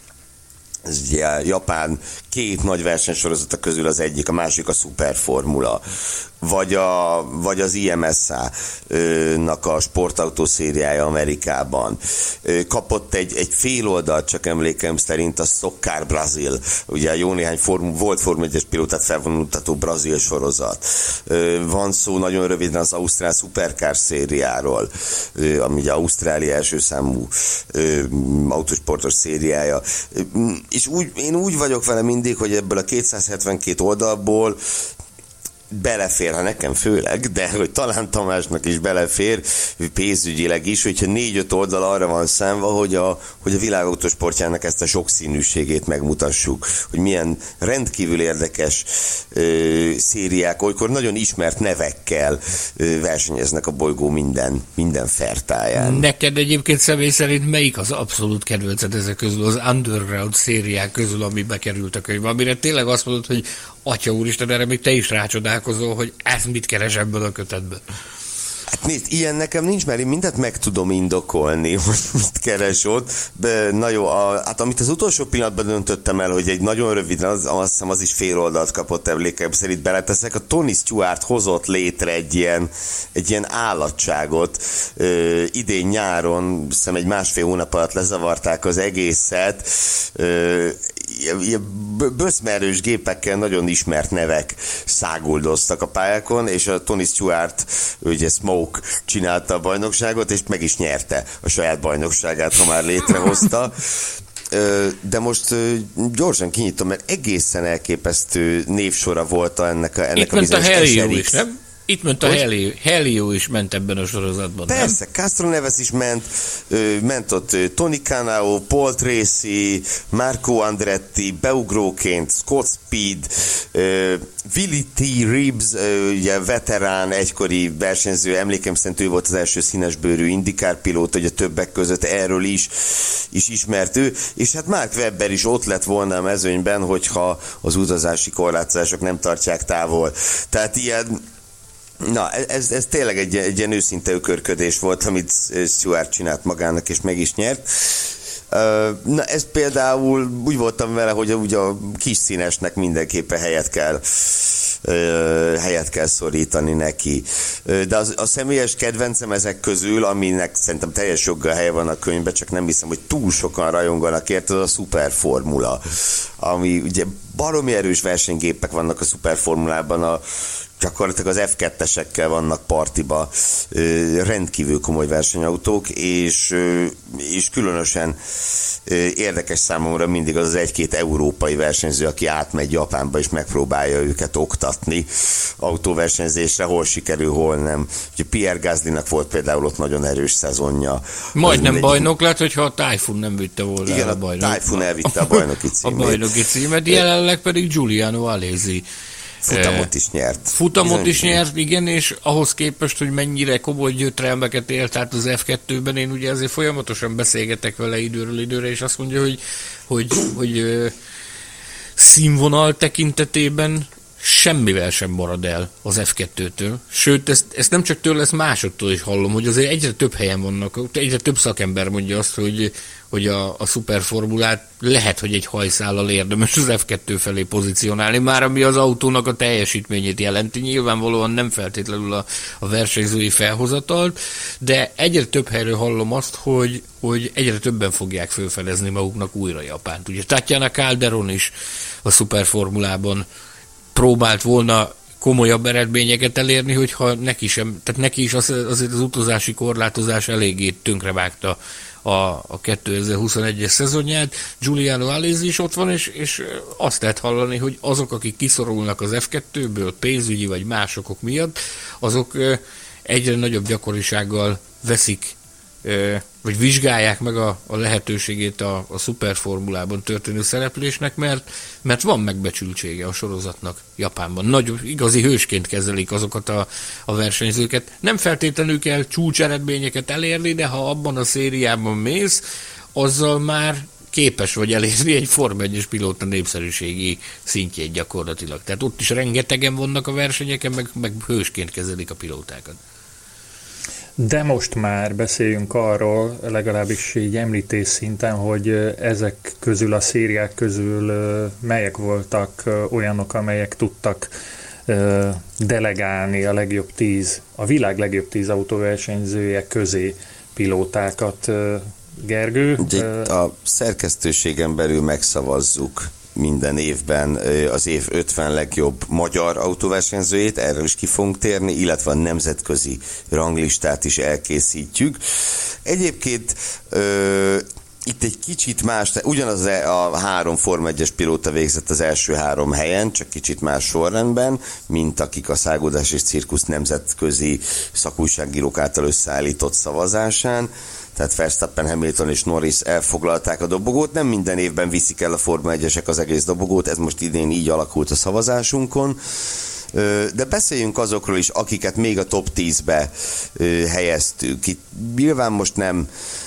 Ez ugye a japán két nagy versenysorozata közül az egyik, a másik a Superformula, vagy, a, vagy az i em es á-nak a sportautó szériája Amerikában. Kapott egy, egy fél oldalt, csak emlékem szerint, a Stock Car Brazil, ugye jó néhány form, volt Forma egyes pilótát felvonultató brazil sorozat. Van szó nagyon röviden az Ausztrál Supercar szériáról, ami ugye Ausztrália első számú autósportos szériája. És úgy, én úgy vagyok vele mindig, hogy ebből a kétszázhetvenkét oldalból belefér, ha nekem főleg, de hogy talán Tamásnak is belefér pénzügyileg is, hogyha négy-öt oldal arra van számva, hogy a, hogy a világautósportjának ezt a sokszínűségét megmutassuk, hogy milyen rendkívül érdekes ö, szériák, olykor nagyon ismert nevekkel ö, versenyeznek a bolygó minden, minden fertáján. Neked egyébként személy szerint melyik az abszolút kedvenced ezek közül, az underground szériák közül, ami bekerült a könyvbe, amire tényleg azt mondod, hogy Atya úristen, erre még te is rácsodálkozol, hogy ez mit keres ebből a kötetben? Hát nézd, ilyen nekem nincs, mert én mindent meg tudom indokolni, hogy mit keres ott. De, na jó, a, hát amit az utolsó pillanatban döntöttem el, hogy egy nagyon rövid, az, azt hiszem az is fél oldalt kapott, emlékeim szerint beleteszek, a Tony Stewart hozott létre egy ilyen, egy ilyen állatságot. Ö, idén nyáron, hiszem egy másfél hónap alatt lezavarták az egészet. Ö, böszmerős gépekkel nagyon ismert nevek száguldoztak a pályákon, és a Tony Stewart, ugye Smoke csinálta a bajnokságot, és meg is nyerte a saját bajnokságát, ha már létrehozta. De most gyorsan kinyitom, mert egészen elképesztő névsora volt ennek a, ennek Itt a ment a Helio es er iksz. is, nem? Itt ment a Helio, Helio is ment ebben a sorozatban, Persze, nem? Castro Neves is ment, ment ott Tony Canao, Paul Tracy, Marco Andretti, beugróként, Scott Speed, Willie T. Reeves, ugye veterán, egykori versenyző, emlékem szerint ő volt az első színesbőrű IndyCar pilóta, ugye többek között erről is, is ismert ő, és hát Mark Webber is ott lett volna a mezőnyben, hogyha az utazási korlátozások nem tartják távol. Tehát ilyen Na, ez, ez tényleg egy, egy ilyen őszinte ökörködés volt, amit Stewart csinált magának, és meg is nyert. Na, ez például úgy voltam vele, hogy ugye a kis színesnek mindenképpen helyet kell, helyet kell szorítani neki. De az, a személyes kedvencem ezek közül, aminek szerintem teljes joggal helye van a könyvben, csak nem hiszem, hogy túl sokan rajonganak érte, az a szuperformula. Ami ugye baromi erős versenygépek vannak a szuperformulában, a gyakorlatilag az ef kettesekkel vannak partiba, rendkívül komoly versenyautók, és, és különösen érdekes számomra mindig az az egy-két európai versenyző, aki átmegy Japánba, és megpróbálja őket oktatni autóversenyzésre, hol sikerül, hol nem. Ugye Pierre Gaslynak volt például ott nagyon erős szezonja. Majdnem bajnok lett, hogyha a Typhoon nem vitte volna igen, el a bajnok. a Typhoon elvitte a bajnoki címét. A bajnoki címet, jelenleg pedig Giuliano Alesi futamot is nyert. Futamot Bizony is nyert, igen, és ahhoz képest, hogy mennyire komoly gyötrelmeket élt át az ef kettőben, én ugye azért folyamatosan beszélgetek vele időről időre, és azt mondja, hogy, hogy, hogy ö, színvonal tekintetében semmivel sem marad el az ef kettőtől. Sőt, ezt, ezt nem csak tőle, ezt másodtól is hallom, hogy azért egyre több helyen vannak, egyre több szakember mondja azt, hogy, hogy a, a szuperformulát lehet, hogy egy hajszállal érdemes az ef kettő felé pozícionálni, már ami az autónak a teljesítményét jelenti. Nyilvánvalóan nem feltétlenül a, a versenyzői felhozatalt, de egyre több helyről hallom azt, hogy, hogy egyre többen fogják felfedezni maguknak újra Japánt. Ugye Tatjana Calderon is a szuperformulában próbált volna komolyabb eredményeket elérni, hogyha neki sem, tehát neki is az, azért az utazási korlátozás eléggé tönkrevágta a, a kétezer-huszonegyes szezonját. Giuliano Alesi is ott van, és, és azt lehet hallani, hogy azok, akik kiszorulnak az ef kettőből pénzügyi vagy más okok miatt, azok egyre nagyobb gyakorisággal veszik vagy vizsgálják meg a, a lehetőségét a, a szuperformulában történő szereplésnek, mert, mert van megbecsültsége a sorozatnak Japánban. Nagy, igazi hősként kezelik azokat a, a versenyzőket. Nem feltétlenül kell csúcseredményeket elérni, de ha abban a szériában mész, azzal már képes vagy elérni egy Forma egyes pilóta népszerűségi szintjét gyakorlatilag. Tehát ott is rengetegen vannak a versenyeken, meg, meg hősként kezelik a pilótákat. De most már beszéljünk arról, legalábbis így említés szinten, hogy ezek közül a szériák közül melyek voltak olyanok, amelyek tudtak delegálni a legjobb tíz, a világ legjobb tíz autóversenyzője közé pilótákat, Gergő. Ugye a szerkesztőségen belül megszavazzuk minden évben az év ötven legjobb magyar autóversenyzőjét, erről is ki fogunk térni, illetve a nemzetközi ranglistát is elkészítjük. Egyébként ö, itt egy kicsit más, ugyanaz a három Forma egyes pilóta végzett az első három helyen, csak kicsit más sorrendben, mint akik a Száguldás és Cirkusz nemzetközi szakújságírók által összeállított szavazásán. Tehát Verstappen, Hamilton és Norris elfoglalták a dobogót. Nem minden évben viszik el a Forma egyesek az egész dobogót, ez most idén így alakult a szavazásunkon. De beszéljünk azokról is, akiket még a top tízbe helyeztük. Itt nyilván most nem,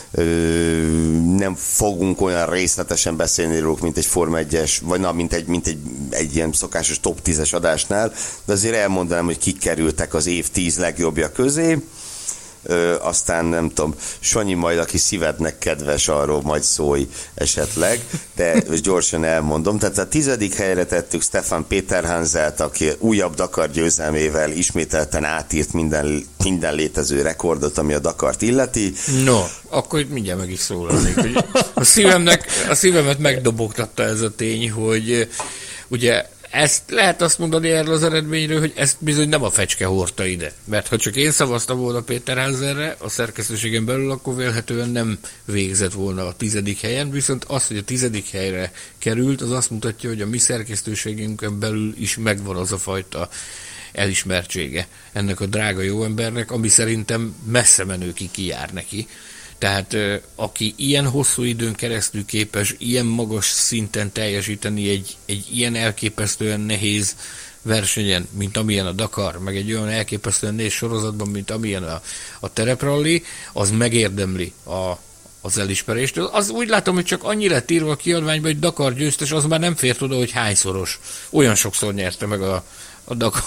nem fogunk olyan részletesen beszélni róluk, mint egy Forma egyes, vagy na, mint egy, mint egy, egy ilyen szokásos top tízes adásnál, de azért elmondanám, hogy kik kerültek az év tíz legjobbja közé. ö, aztán nem tudom, Sanyi majd, aki szívednek kedves, arról majd szólj esetleg, de gyorsan elmondom. Tehát a tizedik helyre tettük Stefan Peterhanselt, aki újabb Dakar győzelmével ismételten átírt minden, minden létező rekordot, ami a Dakart illeti. No, akkor itt mindjárt meg is szólalnék, hogy a szívemnek, a szívemet megdobogtatta ez a tény, hogy ugye ezt lehet azt mondani erről az eredményről, hogy ezt bizony nem a fecske hordta ide. Mert ha csak én szavaztam volna Péter Hanselre a szerkesztőségen belül, akkor vélhetően nem végzett volna a tizedik helyen, viszont az, hogy a tizedik helyre került, az azt mutatja, hogy a mi szerkesztőségünkön belül is megvan az a fajta elismertsége ennek a drága jó embernek, ami szerintem messze menő ki kijár neki. Tehát aki ilyen hosszú időn keresztül képes ilyen magas szinten teljesíteni egy, egy ilyen elképesztően nehéz versenyen, mint amilyen a Dakar, meg egy olyan elképesztően nehéz sorozatban, mint amilyen a, a terepralli, az megérdemli a, az elismeréstől. Az úgy látom, hogy csak annyi lett írva a kiadványban, hogy Dakar győztes, az már nem fért oda, hogy hányszoros. Olyan sokszor nyerte meg a, a Dakar,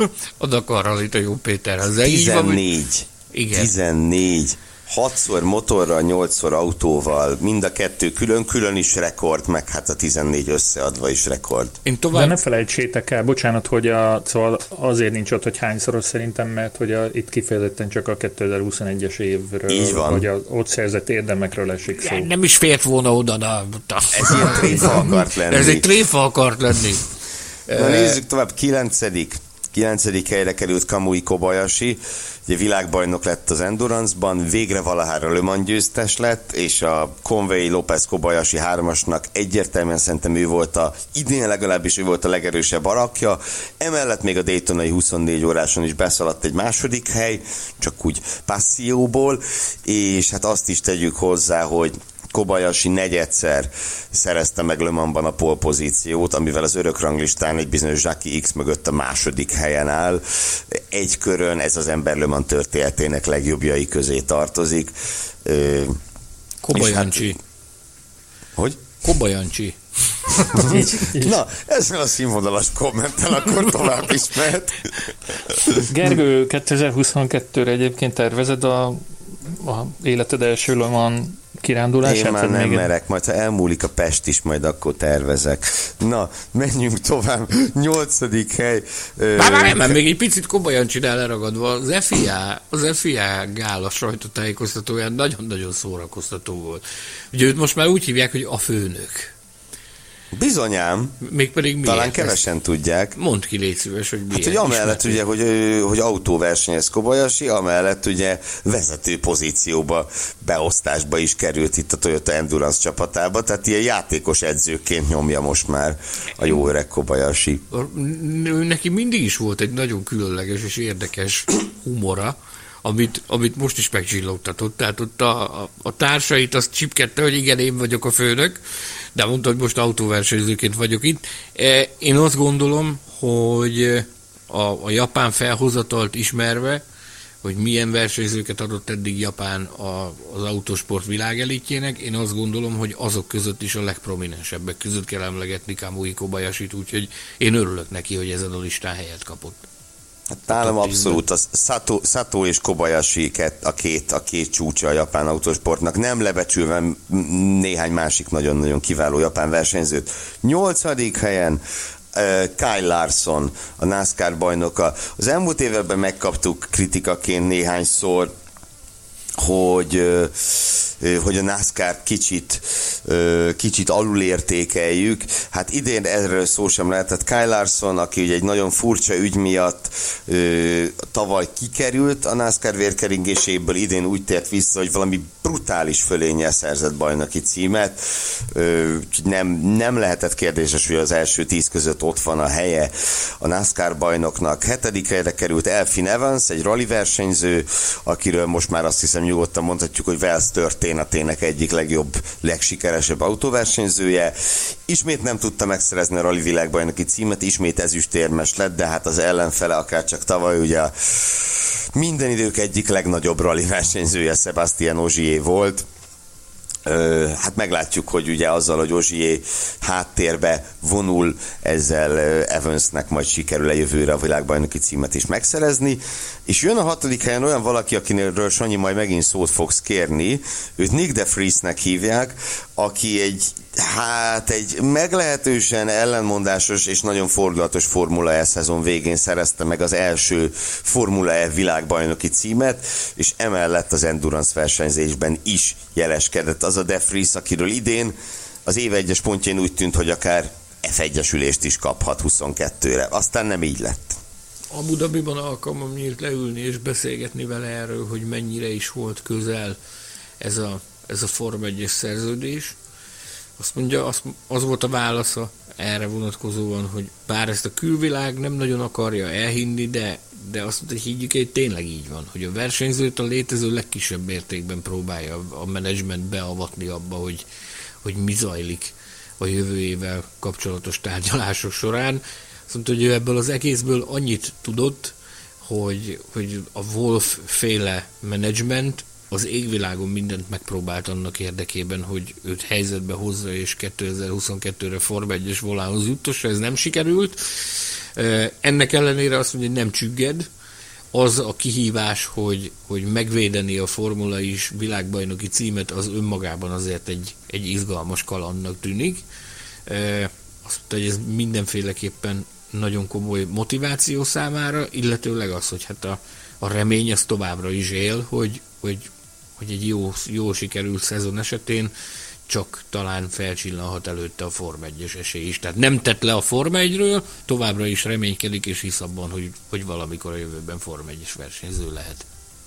a Dakar rallit a jó Péter. tizennégy. Igen. tizennégy. hatszor motorral, nyolcszor autóval, mind a kettő külön-külön is rekord, meg hát a tizennégy összeadva is rekord. Én tovább... De ne felejtsétek el, bocsánat, hogy a, szóval azért nincs ott, hogy hányszoros szerintem, mert hogy a, itt kifejezetten csak a kétezer-huszonegyes évről, vagy az ott szerzett érdemekről esik szó. Nem is fért volna oda, de... Ez ilyen tréfa akart lenni. Ez egy tréfa akart lenni. Na nézzük tovább, kilencedik. kilencedik helyre került Kamui Kobayashi, ugye világbajnok lett az Endurance-ban, végre valahára Le Mans győztes lett, és a Conway López Kobayashi hármasnak egyértelműen szerintem ő volt a, idén legalábbis ő volt a legerősebb alakja, emellett még a Daytonai huszonnégy óráson is beszaladt egy második hely, csak úgy passzióból, és hát azt is tegyük hozzá, hogy Kobayashi negyedszer szerezte meg Le Mansban a pole pozíciót, amivel az örökranglistán egy bizonyos Jackie X mögött a második helyen áll. Egy körön ez az ember Le Mans történetének legjobbjai közé tartozik. Kobayashi. Hát, hogy? Kobayashi. Na, ezzel a színvonalas kommenttel akkor tovább is mehet. Gergő, kétezer-huszonkettőre egyébként tervezed a, a életed első Le Mans kirándulását? Én már nem még merek, majd ha elmúlik a Pest is, majd akkor tervezek. Na, menjünk tovább. Nyolcadik hely. Bár már nem, még egy picit Kobayashi-nál leragadva, az ef i á, az ef i á gála sajtótájékoztatóján nagyon-nagyon szórakoztató volt. Ugye őt most már úgy hívják, hogy a főnök. Bizonyám. Mégpedig miért? Talán kevesen ezt tudják. Mondd ki, légy szíves, hogy miért. Hát, hogy amellett ugye, hogy, hogy autóversenyez Kobayashi, amellett ugye vezető pozícióba, beosztásba is került itt a Toyota Endurance csapatába, tehát ilyen játékos edzőként nyomja most már a jó öreg Kobayashi. Neki mindig is volt egy nagyon különleges és érdekes humora, amit, amit most is megcsillogtatott. Tehát ott a, a, a társait azt csipkedte, hogy igen, én vagyok a főnök, de mondta, hogy most autóversenyzőként vagyok itt. Én azt gondolom, hogy a, a japán felhozatalt ismerve, hogy milyen versenyzőket adott eddig Japán a, az autósport világelitjének, én azt gondolom, hogy azok között is a legprominensebbek között kell emlegetni Kamui Kobayashit, úgyhogy én örülök neki, hogy ezen a listán helyet kapott. Hát nálam abszolút, az Sato, Sato és Kobayashi a két, a két csúcsa a japán autósportnak, nem lebecsülve néhány másik nagyon-nagyon kiváló japán versenyzőt. Nyolcadik helyen Kyle Larson, a NASCAR bajnoka. Az elmúlt években megkaptuk kritikaként néhányszor, hogy, hogy a NASCAR kicsit, kicsit alulértékeljük. Hát idén erről szó sem lehetett. Kyle Larson, aki ugye egy nagyon furcsa ügy miatt tavaly kikerült a NASCAR vérkeringéséből, idén úgy tért vissza, hogy valami brutális fölénnyel szerzett bajnoki címet. Nem, nem lehetett kérdéses, hogy az első tíz között ott van a helye a NASCAR bajnoknak. Hetedik helyre került Elfyn Evans, egy rally versenyző, akiről most már azt hiszem nyugodtan mondhatjuk, hogy Wells történetének egyik legjobb, legsikeresebb autóversenyzője. Ismét nem tudta megszerezni a rally világbajnoki címet, ismét ezüstérmes lett, de hát az ellenfele akár csak tavaly ugye minden idők egyik legnagyobb rally versenyzője Sébastien Ogier volt, Hát meglátjuk, hogy ugye azzal, hogy Ogier háttérbe vonul, ezzel Evansnek majd sikerül-e jövőre a világbajnoki címet is megszerezni. És jön a hatodik helyen olyan valaki, akiről Sanyi majd megint szót fogsz kérni, őt Nick de Vriesnek hívják, aki egy, hát egy meglehetősen ellenmondásos és nagyon fordulatos Formula E szezon végén szerezte meg az első Formula E világbajnoki címet, és emellett az endurance versenyzésben is jeleskedett. Az a de Vries, akiről idén az év egyes pontjain úgy tűnt, hogy akár ef egyesülést is kaphat huszonkettőre. Aztán nem így lett. Abu Dhabiban alkalmam nyílt leülni és beszélgetni vele erről, hogy mennyire is volt közel ez a, ez a Form egyes szerződés. Azt mondja, az, az volt a válasza erre vonatkozóan, hogy bár ezt a külvilág nem nagyon akarja elhinni, de, de azt mondta, hogy higgyük, hogy tényleg így van, hogy a versenyzőt a létező legkisebb mértékben próbálja a menedzsment beavatni abba, hogy, hogy mi zajlik a jövőjével kapcsolatos tárgyalások során. Azt mondta, hogy ő ebből az egészből annyit tudott, hogy, hogy a Wolf-féle menedzsment az égvilágon mindent megpróbált annak érdekében, hogy őt helyzetbe hozza, és kétezer-huszonkettőre Form egyes volához juttassa, ez nem sikerült. Ennek ellenére azt mondja, hogy nem csügged. Az a kihívás, hogy, hogy megvédeni a Formula is világbajnoki címet, az önmagában azért egy, egy izgalmas kalandnak tűnik. Azt mondta, hogy ez mindenféleképpen nagyon komoly motiváció számára, illetőleg az, hogy hát a, a remény az továbbra is él, hogy, hogy, hogy egy jó, jó sikerült szezon esetén csak talán felcsillanhat előtte a Form egyes esély is. Tehát nem tett le a Form egyről, továbbra is reménykedik és hisz abban, hogy, hogy valamikor a jövőben Form egyes versenyző lehet.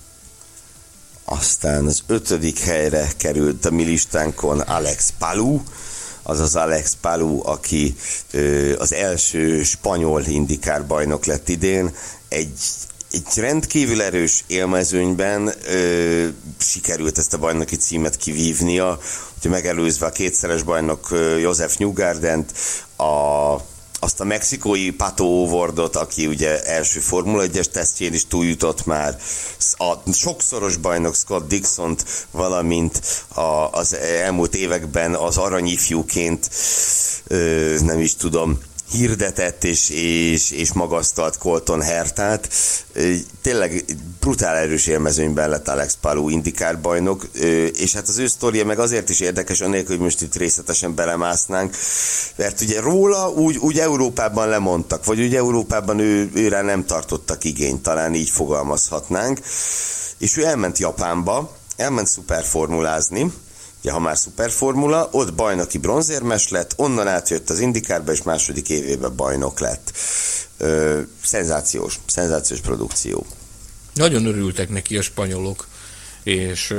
Aztán az ötödik helyre került a mi listánkon Alex Palou, azaz Alex Palou, aki ö, az első spanyol IndyCar bajnok lett idén, egy Egy rendkívül erős élmezőnyben ö, sikerült ezt a bajnoki címet kivívnia, hogy megelőzve a kétszeres bajnok ö, Joseph Newgardent, a, azt a mexikói Pato O'Wardot, aki ugye első Formula egyes tesztjén is túljutott már, a sokszoros bajnok Scott Dixont, valamint a, az elmúlt években az aranyifjúként ö, nem is tudom, hirdetett és, és, és magasztalt Colton Hertát. Tényleg brutál erős élmezőnyben lett Alex Palou IndyCar bajnok, és hát az ő sztoria meg azért is érdekes, anélkül, hogy most itt részletesen belemásznánk, mert ugye róla úgy, úgy Európában lemondtak, vagy úgy Európában ő, őre nem tartottak igényt, talán így fogalmazhatnánk, és ő elment Japánba, elment szuperformulázni, ugye, ha már szuperformula, ott bajnoki bronzérmes lett, onnan átjött az IndyCarba, és második évében bajnok lett. Ö, szenzációs, szenzációs produkció. Nagyon örültek neki a spanyolok, és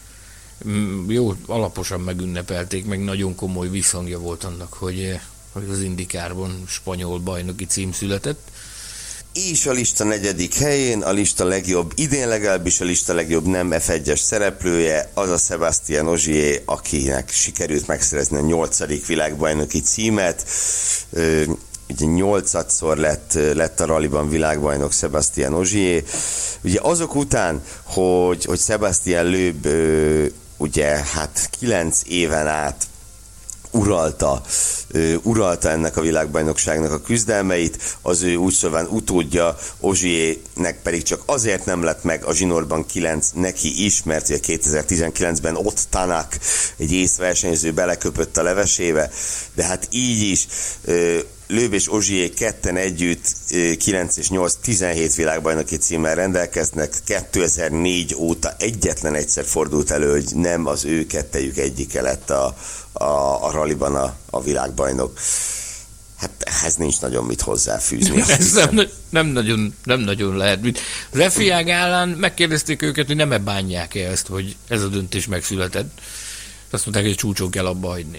jó, alaposan megünnepelték, meg nagyon komoly visszhangja volt annak, hogy, hogy az IndyCarban spanyol bajnoki cím született. És a lista negyedik helyén a lista legjobb, idén legalábbis a lista legjobb nem ef egyes szereplője, az a Sébastien Ogier, akinek sikerült megszerezni a nyolcadik világbajnoki címet. Ugye nyolcadszor lett, lett a rallyban világbajnok Sébastien Ogier. Ugye azok után, hogy, hogy Sébastien Loeb ugye hát kilenc éven át uralta, uh, uralta ennek a világbajnokságnak a küzdelmeit, az ő úgy szóval utódja Ogiernek pedig csak azért nem lett meg a zsinórban kilenc neki is, mert ugye kétezer-tizenkilencben ott Tanak, egy észversenyző beleköpött a levesébe, de hát így is uh, Loeb és Ogier ketten együtt kilenc és nyolc, tizenhét világbajnoki címmel rendelkeznek. kétezer-négy óta egyetlen egyszer fordult elő, hogy nem az ő kettejük egyike lett a, a, a rallyban a, a világbajnok. Hát ehhez nincs nagyon mit hozzáfűzni. Ez nem, nem, nagyon, nem nagyon lehet. Az ef i á gálán megkérdezték őket, hogy nem-e bánják-e ezt, hogy ez a döntés megszületett. Azt mondták, hogy csúcson kell abba hagyni.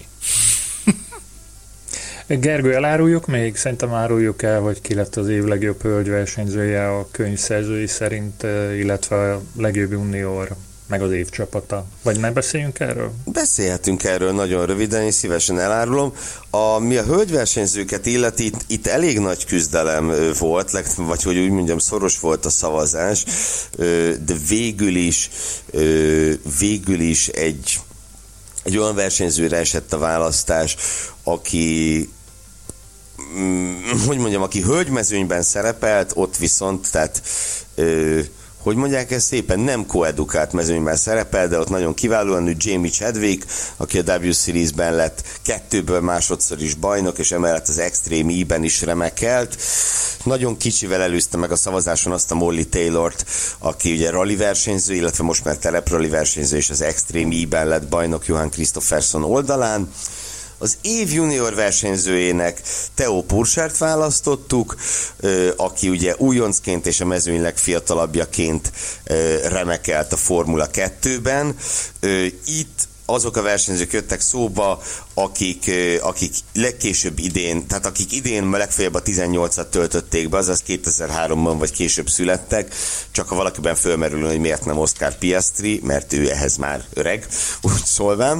Gergő, eláruljuk még? Szerintem áruljuk el, hogy ki lett az év legjobb hölgyversenyzője a könyv szerzői szerint, illetve a legjobb junior, meg az év csapata. Vagy ne beszéljünk erről? Beszélhetünk erről nagyon röviden, és szívesen elárulom. A, mi a hölgyversenyzőket illeti, itt, itt elég nagy küzdelem volt, vagy hogy úgy mondjam, szoros volt a szavazás, de végül is, végül is egy egy olyan versenyzőre esett a választás, aki hogy mondjam, aki hölgymezőnyben szerepelt, ott viszont, tehát ö, hogy mondják ezt szépen, nem koedukált mezőnyben szerepel, de ott nagyon kiválóan ő Jamie Chadwick, aki a dupla vé Series-ben lett kettőből másodszor is bajnok, és emellett az Extreme E-ben is remekelt. Nagyon kicsivel előzte meg a szavazáson azt a Molly Taylort, aki ugye rally versenyző, illetve most már teleprally versenyző, és az Extreme E-ben lett bajnok Johan Kristoffersson oldalán. Az év junior versenyzőjének Theo Pursárt választottuk, aki ugye újoncként és a mezőny legfiatalabbjaként remekelt a Formula kettőben. Itt azok a versenyzők jöttek szóba, akik, akik legkésőbb idén, tehát akik idén legfeljebb a tizennyolcat töltötték be, azaz kétezer-háromban vagy később születtek, csak ha valakiben fölmerül, hogy miért nem Oscar Piastri, mert ő ehhez már öreg, úgy szólván.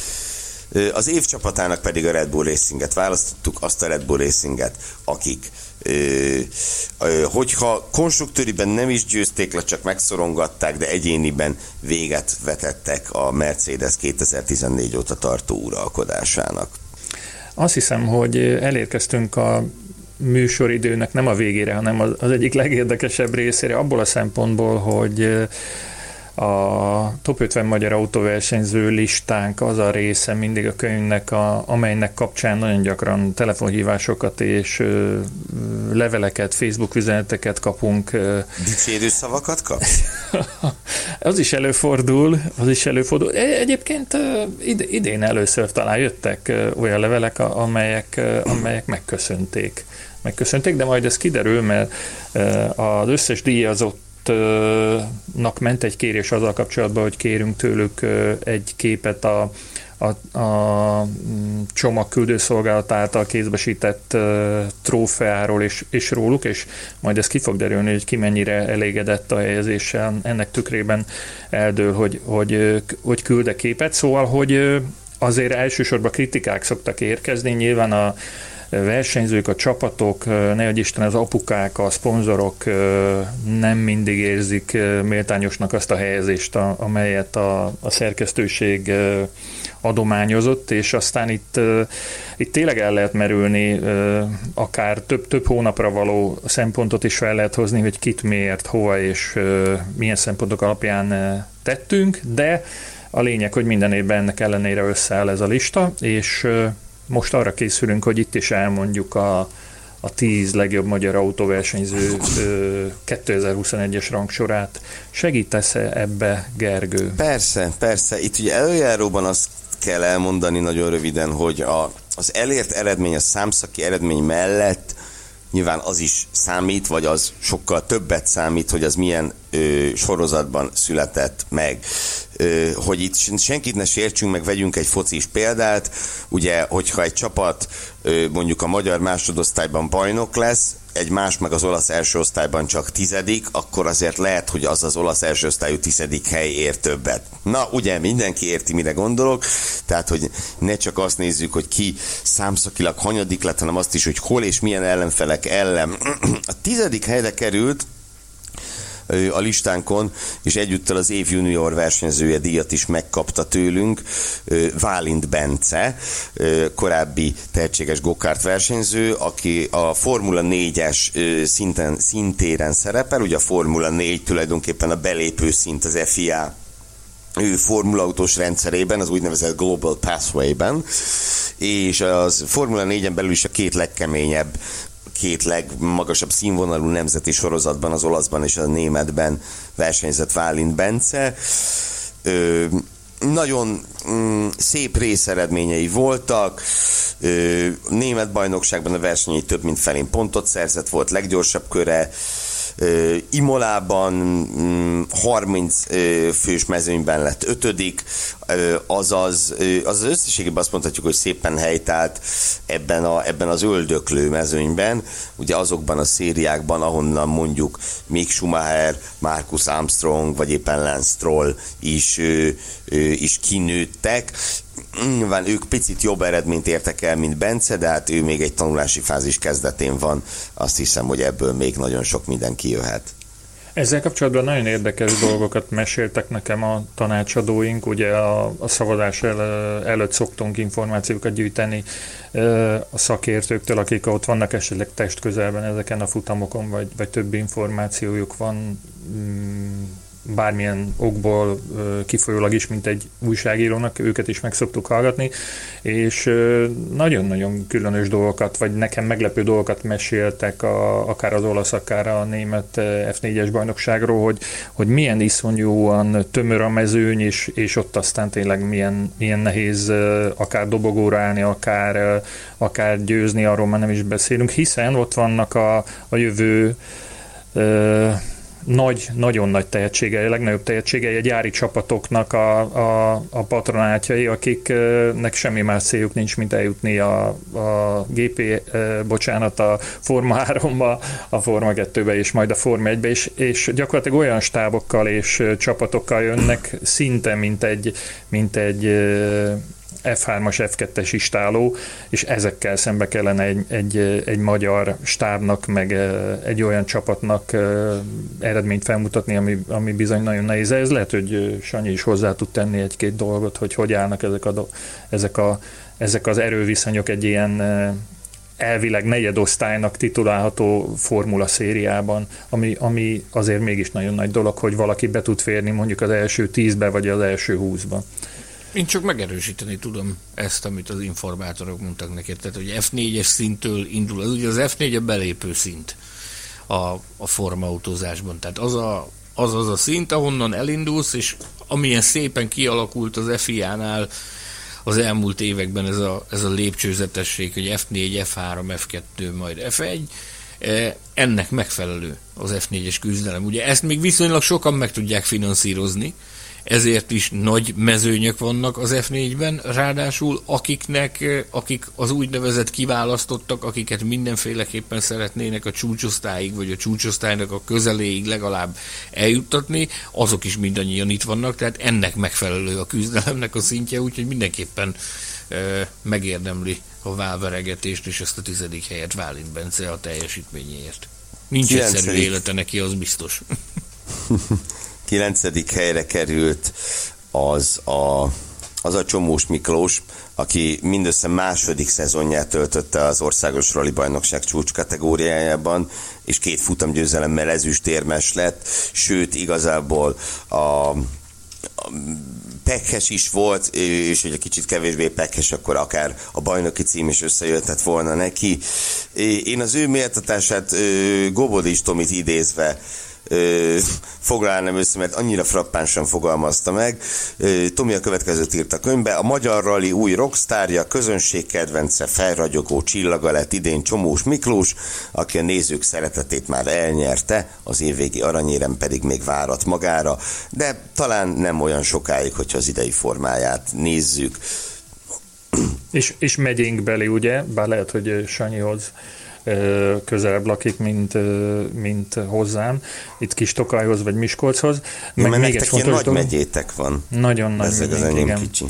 Az év csapatának pedig a Red Bull Racinget választottuk, azt a Red Bull Racinget, akik ö, ö, hogyha konstruktőriben nem is győzték le, csak megszorongatták, de egyéniben véget vetettek a Mercedes kétezer-tizennégy óta tartó uralkodásának. Azt hiszem, hogy elérkeztünk a műsoridőnek nem a végére, hanem az egyik legérdekesebb részére, abból a szempontból, hogy a top ötven magyar autóversenyző listánk az a része mindig a könyvnek, a, amelynek kapcsán nagyon gyakran telefonhívásokat és ö, leveleket, Facebook üzeneteket kapunk. Dicsérő szavakat kapsz? Az is előfordul, az is előfordul. Egyébként id- idén először talán jöttek olyan levelek, amelyek, amelyek megköszönték. megköszönték, de majd ez kiderül, mert az összes díjazott nak ment egy kérés azzal kapcsolatban, hogy kérünk tőlük egy képet a, a, a csomagküldőszolgálat által kézbesített trófeáról és, és róluk, és majd ez ki fog derülni, hogy ki mennyire elégedett a helyezéssel. Ennek tükrében eldől, hogy, hogy, hogy küld-e képet. Szóval, hogy azért elsősorban kritikák szoktak érkezni, nyilván a versenyzők, a csapatok, nehogy Isten, az apukák, a szponzorok nem mindig érzik méltányosnak azt a helyezést, amelyet a, a szerkesztőség adományozott, és aztán itt, itt tényleg el lehet merülni, akár több, több hónapra való szempontot is fel lehet hozni, hogy kit miért, hova és milyen szempontok alapján tettünk, de a lényeg, hogy minden évben ennek ellenére összeáll ez a lista, és most arra készülünk, hogy itt is elmondjuk a, a tíz legjobb magyar autóversenyző kétezer-huszonegyes rangsorát. Segítesz ebbe, Gergő? Persze, persze. Itt ugye előjáróban azt kell elmondani nagyon röviden, hogy a, az elért eredmény, a számszaki eredmény mellett nyilván az is számít, vagy az sokkal többet számít, hogy az milyen ö, sorozatban született meg. Ö, hogy itt senkit ne sértsünk, meg vegyünk egy focis példát, ugye, hogyha egy csapat ö, mondjuk a magyar másodosztályban bajnok lesz, egy más meg az olasz első osztályban csak tizedik, akkor azért lehet, hogy az az olasz első osztályú tizedik hely ér többet. Na, ugye mindenki érti, mire gondolok, tehát, hogy ne csak azt nézzük, hogy ki számszakilag hanyadik lett, hanem azt is, hogy hol és milyen ellenfelek ellen. A tizedik helyre került a listánkon, és egyúttal az év junior versenyzője díjat is megkapta tőlünk Válint Bence, korábbi tehetséges go-kart versenyző, aki a Formula négyes szinten, szintéren szerepel, ugye a Formula négy tulajdonképpen a belépő szint az ef i á formulaautós rendszerében, az úgynevezett Global Pathway-ben, és az Formula négyen belül is a két legkeményebb, két legmagasabb színvonalú nemzeti sorozatban, az olaszban és a németben versenyzett Válint Bence. Ö, nagyon mm, szép részeredményei voltak. Ö, német bajnokságban a versenyei több mint felén pontot szerzett, volt leggyorsabb köre. Uh, Imolában um, harminc uh, fős mezőnyben lett ötödik, uh, azaz, uh, azaz összességében azt mondhatjuk, hogy szépen helytált ebben, a, ebben az öldöklő mezőnyben, ugye azokban a szériákban, ahonnan mondjuk Mick Schumacher, Marcus Armstrong, vagy éppen Lance Stroll is, uh, uh, is kinőttek. Nyilván ők picit jobb eredményt értek el, mint Bence, de hát ő még egy tanulási fázis kezdetén van. Azt hiszem, hogy ebből még nagyon sok minden kijöhet. Ezzel kapcsolatban nagyon érdekes dolgokat meséltek nekem a tanácsadóink, ugye a, a szavazás el, előtt szoktunk információkat gyűjteni a szakértőktől, akik ott vannak esetleg testközelben ezeken a futamokon, vagy, vagy több információjuk van, bármilyen okból kifolyólag is, mint egy újságírónak, őket is meg szoktuk hallgatni, és nagyon-nagyon különös dolgokat, vagy nekem meglepő dolgokat meséltek a, akár az olasz, akár a német ef négyes bajnokságról, hogy, hogy milyen iszonyúan tömör a mezőny, és, és ott aztán tényleg milyen, milyen nehéz akár dobogóra állni, akár, akár győzni, arról már nem is beszélünk, hiszen ott vannak a, a jövő nagy, nagyon nagy tehetségei, a legnagyobb tehetségei a gyári csapatoknak a, a, a patronátjai, akiknek semmi más céljuk nincs, mint eljutni a, a gé pé, bocsánat, a Forma háromba, a Forma kettőbe és majd a Forma egybe, és, és gyakorlatilag olyan stábokkal és csapatokkal jönnek szinte, mint egy, mint egy ef hármas, ef kettes istáló, és ezekkel szembe kellene egy, egy, egy magyar stábnak, meg egy olyan csapatnak eredményt felmutatni, ami, ami bizony nagyon nehéz. Ez lehet, hogy Sanyi is hozzá tud tenni egy-két dolgot, hogy hogy állnak ezek, a, ezek, a, ezek az erőviszonyok egy ilyen elvileg negyedosztálynak titulálható formula szériában, ami, ami azért mégis nagyon nagy dolog, hogy valaki be tud férni mondjuk az első tízbe, vagy az első húszba. Én csak megerősíteni tudom ezt, amit az informátorok mondtak neked. Tehát, hogy ef négyes szinttől indul. Az ugye az ef négy a belépő szint a, a formautózásban. Tehát az, a, az az a szint, ahonnan elindulsz, és amilyen szépen kialakult az ef i á-nál az elmúlt években ez a, ez a lépcsőzetesség, hogy ef négy, ef három, ef kettő, majd ef egy, ennek megfelelő az ef négyes küzdelem. Ugye ezt még viszonylag sokan meg tudják finanszírozni, ezért is nagy mezőnyök vannak az ef négyben, ráadásul akiknek, akik az úgynevezett kiválasztottak, akiket mindenféleképpen szeretnének a csúcsosztályig, vagy a csúcsosztálynak a közeléig legalább eljuttatni, azok is mindannyian itt vannak, tehát ennek megfelelő a küzdelemnek a szintje, úgyhogy mindenképpen e, megérdemli a válveregetést és ezt a tizedik helyet Válint Bence a teljesítményéért. Nincs egyszerű élete neki, az biztos. kilencedik helyre került az a, az a Csomós Miklós, aki mindössze második szezonját töltötte az országos rali bajnokság csúcs kategóriájában, és két futamgyőzelemmel ezüstérmes lett, sőt igazából a, a pekhes is volt, és hogy egy kicsit kevésbé pekhes, akkor akár a bajnoki cím is összejöhetett volna neki. Én az ő méltatását Gobodis Tomit idézve Ö, foglalnám össze, mert annyira frappánsan fogalmazta meg. Ö, Tomi a következőt írt a könyvbe: a magyar rali új rockstárja, közönség kedvence, felragyogó csillaga lett idén Csomós Miklós, aki a nézők szeretetét már elnyerte, az évvégi aranyérem pedig még várat magára, de talán nem olyan sokáig, hogyha az idei formáját nézzük. És, és megyénkbeli, ugye? Bár lehet, hogy Sanyihoz közelebb lakik, mint, mint hozzám, itt Kis-Tokajhoz vagy Miskolchoz. Meg ja, még egy fontos nagy dolog, megyétek van. Nagyon nagy megyénk, igen. Kicsi.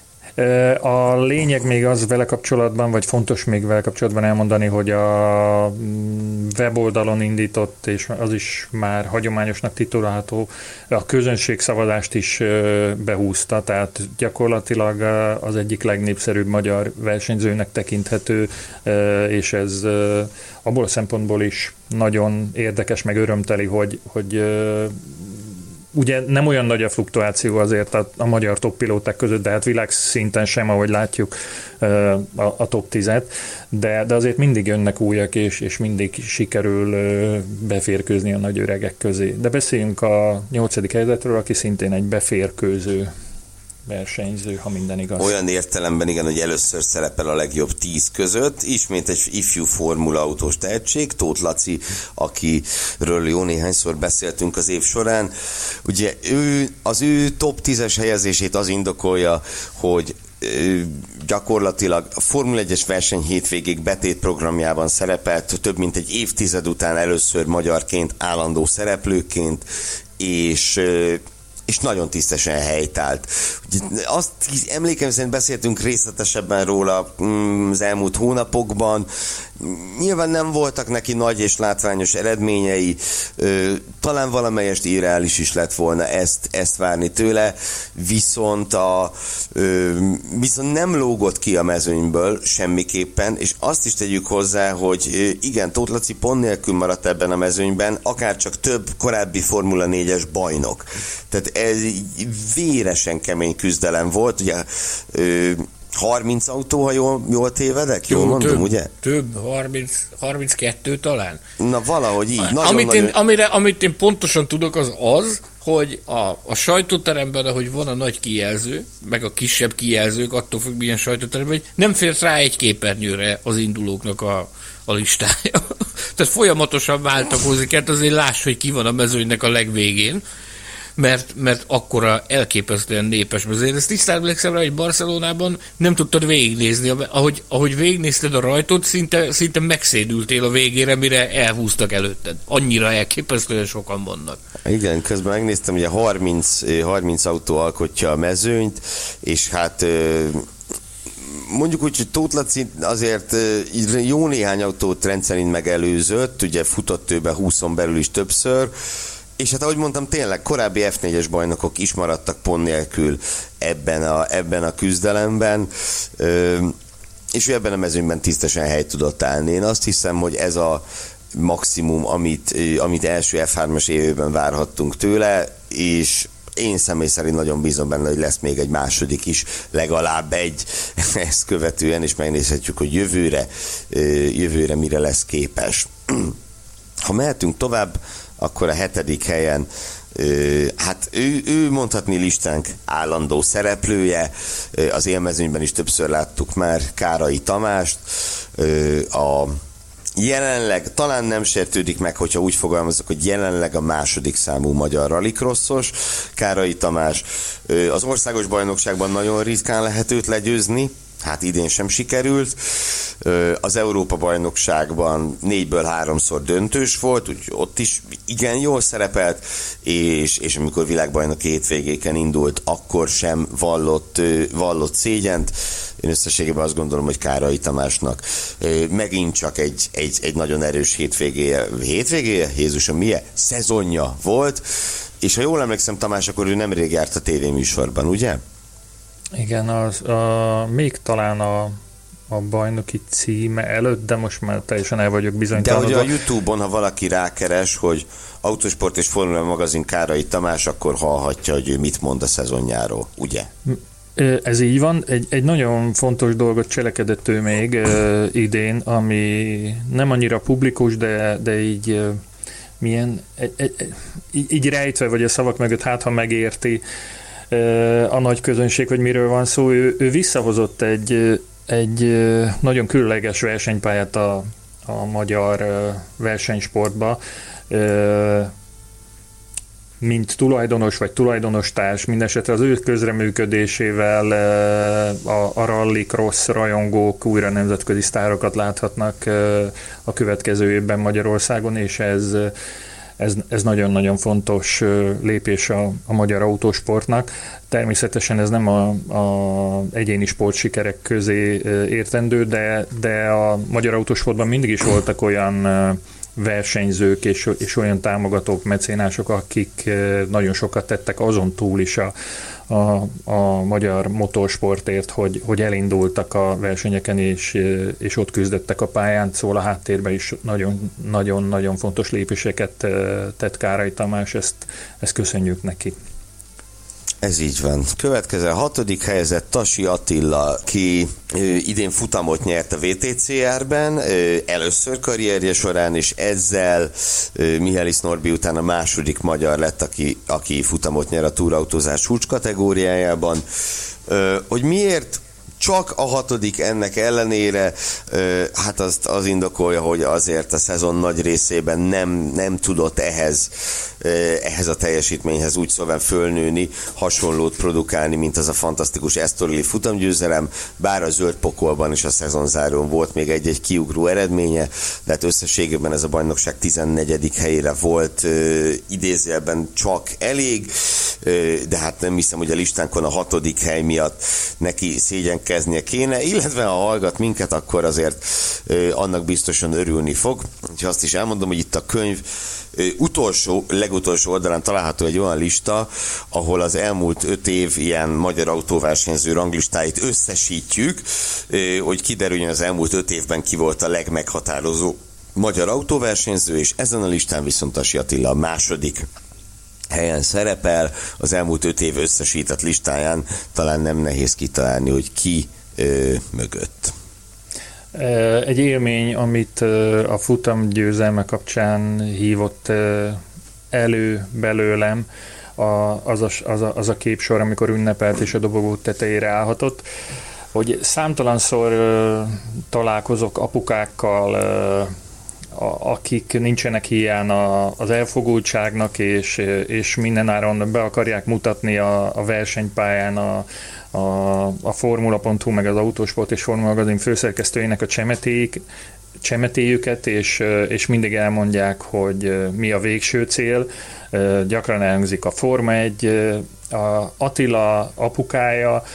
A lényeg még az vele kapcsolatban, vagy fontos még vele kapcsolatban elmondani, hogy a weboldalon indított, és az is már hagyományosnak titulálható, a közönségszavazást is behúzta, tehát gyakorlatilag az egyik legnépszerűbb magyar versenyzőnek tekinthető, és ez abból a szempontból is nagyon érdekes, meg örömteli, hogy, hogy ugye nem olyan nagy a fluktuáció azért a, a magyar toppilóták között, de hát világszinten sem, ahogy látjuk a, a top tízet, de, de azért mindig jönnek újak, és, és mindig sikerül beférkőzni a nagy öregek közé. De beszéljünk a nyolcadik helyzetről, aki szintén egy beférkőző versenyző, ha minden igaz. Olyan értelemben igen, hogy először szerepel a legjobb tíz között, ismét egy ifjú formula autós tehetség, Tóth Laci, akiről jó néhányszor beszéltünk az év során. Ugye ő, az ő top tízes helyezését az indokolja, hogy gyakorlatilag a Formula egyes verseny hétvégéig betétprogramjában szerepelt, több mint egy évtized után először magyarként, állandó szereplőként, és és nagyon tisztesen helytált. Azt emlékem szerint beszéltünk részletesebben róla az elmúlt hónapokban. Nyilván nem voltak neki nagy és látványos eredményei, talán valamelyest irreális is lett volna ezt, ezt várni tőle, viszont, a, viszont nem lógott ki a mezőnyből semmiképpen, és azt is tegyük hozzá, hogy igen, Tóth Laci pont nélkül maradt ebben a mezőnyben, akár csak több korábbi Formula négyes bajnok. Tehát ez véresen kemény küzdelem volt, ugye harminc autó, ha jól, jól tévedek? Jól mondom, több, ugye? Több, harminc, harminckettő talán. Na valahogy így. Nagyon, amit, nagyon... Én, amire, amit én pontosan tudok, az az, hogy a, a sajtóteremben, ahogy van a nagy kijelző, meg a kisebb kijelzők, attól függ, milyen sajtóteremben, hogy nem fért rá egy képernyőre az indulóknak a, a listája. Tehát folyamatosan váltakozik, hát azért láss, hogy ki van a mezőnynek a legvégén, mert, mert akkora elképesztően népes mezőny. Ezt tisztán emlékszem rá, hogy Barcelonában nem tudtad végignézni, ahogy, ahogy végignézted a rajtot, szinte, szinte megszédültél a végére, mire elhúztak előtted. Annyira elképesztően sokan vannak. Igen, közben megnéztem, ugye harminc, harminc autó alkotja a mezőnyt, és hát mondjuk úgy, hogy Tóth Laci azért jó néhány autót rendszerint megelőzött, ugye futott ő be húszon belül is többször, és hát ahogy mondtam, tényleg korábbi ef négyes bajnokok is maradtak pont nélkül ebben a, ebben a küzdelemben, és ő ebben a mezőnyben tisztesen helyt tudott állni. Én azt hiszem, hogy ez a maximum, amit, amit első ef hármas évében várhattunk tőle, és én személy szerint nagyon bízom benne, hogy lesz még egy második is, legalább egy ezt követően, és megnézhetjük, hogy jövőre, jövőre mire lesz képes. Ha mehetünk tovább, akkor a hetedik helyen, hát ő, ő mondhatni listánk állandó szereplője, az élmezőnyben is többször láttuk már Kárai Tamást, a jelenleg talán nem sértődik meg, hogyha úgy fogalmazok, hogy jelenleg a második számú magyar rallycrossos Kárai Tamás. Az országos bajnokságban nagyon ritkán lehet őt legyőzni, hát idén sem sikerült. Az Európa-bajnokságban négyből háromszor döntős volt, úgyhogy ott is igen jól szerepelt, és, és amikor világbajnoki hétvégéken indult, akkor sem vallott, vallott szégyent. Én összességében azt gondolom, hogy Kárai Tamásnak megint csak egy, egy, egy nagyon erős hétvégéje, hétvégéje? Jézusom, milyen? Szezonja volt, és ha jól emlékszem, Tamás, akkor ő nemrég járt a tévéműsorban, ugye? Igen, az, a, még talán a, a bajnoki címe előtt, de most már teljesen el vagyok bizonytalanodva. De hogy a YouTube-on, ha valaki rákeres, hogy Autósport és Formula magazin Kárai Tamás, akkor hallhatja, hogy ő mit mond a szezonjáról, ugye? Ez így van. Egy, egy nagyon fontos dolgot cselekedett ő még uh, idén, ami nem annyira publikus, de, de így uh, milyen, egy, egy, így, így rejtve, vagy a szavak mögött, hát ha megérti a nagy közönség, hogy miről van szó. Ő, ő visszahozott egy, egy nagyon különleges versenypályát a, a magyar versenysportba, mint tulajdonos vagy tulajdonostárs, mindesetre az ő közreműködésével a, a rallycross rajongók újra nemzetközi sztárokat láthatnak a következő évben Magyarországon, és ez Ez, ez nagyon-nagyon fontos lépés a, a magyar autósportnak. Természetesen ez nem a, a egyéni sportsikerek közé értendő, de, de a magyar autósportban mindig is voltak olyan versenyzők és, és olyan támogatók, mecénások, akik nagyon sokat tettek azon túl is a, a, a magyar motorsportért, hogy, hogy elindultak a versenyeken, és, és ott küzdöttek a pályán, szóval a háttérben is nagyon-nagyon fontos lépéseket tett Kárai Tamás, ezt, ezt köszönjük neki. Ez így van. Következő a hatodik helyezett Tasi Attila, ki ö, idén futamot nyert a vé té cé er-ben, ö, először karrierje során, és ezzel ö, Mihály Norbi után a második magyar lett, aki, aki futamot nyer a túrautózás csúcs kategóriájában. Ö, hogy miért csak a hatodik ennek ellenére, hát azt az indokolja, hogy azért a szezon nagy részében nem, nem tudott ehhez, ehhez a teljesítményhez úgy szóval fölnőni, hasonlót produkálni, mint az a fantasztikus Estorili futamgyőzelem, bár a zöld pokolban is a szezonzárón volt még egy-egy kiugró eredménye, de hát összességében ez a bajnokság tizennegyedik helyére volt, idézőjelben csak elég, de hát nem hiszem, hogy a listánkon a hatodik hely miatt neki szégyenkeznie kéne, illetve ha hallgat minket, akkor azért annak biztosan örülni fog. Úgyhogy azt is elmondom, hogy itt a könyv utolsó, legutolsó oldalán található egy olyan lista, ahol az elmúlt öt év ilyen magyar autóversenyző ranglistáit összesítjük, hogy kiderüljön az elmúlt öt évben ki volt a legmeghatározó magyar autóversenyző, és ezen a listán viszont Asi Attila a második helyen szerepel, az elmúlt öt év összesített listáján talán nem nehéz kitalálni, hogy ki ö, mögött. Egy élmény, amit a futam győzelme kapcsán hívott elő belőlem, az a, az, a, az a képsor, amikor ünnepelt és a dobogó tetejére állhatott, hogy számtalanszor találkozok apukákkal, akik nincsenek hiány az elfogultságnak, és, és mindenáron be akarják mutatni a, a versenypályán a, a, a Formula pont hu meg az Autósport és Formula magazin főszerkesztőjének a csemetéjük, csemetéjüket, és, és mindig elmondják, hogy mi a végső cél. Gyakran elhangzik a Forma egy, a Attila apukája.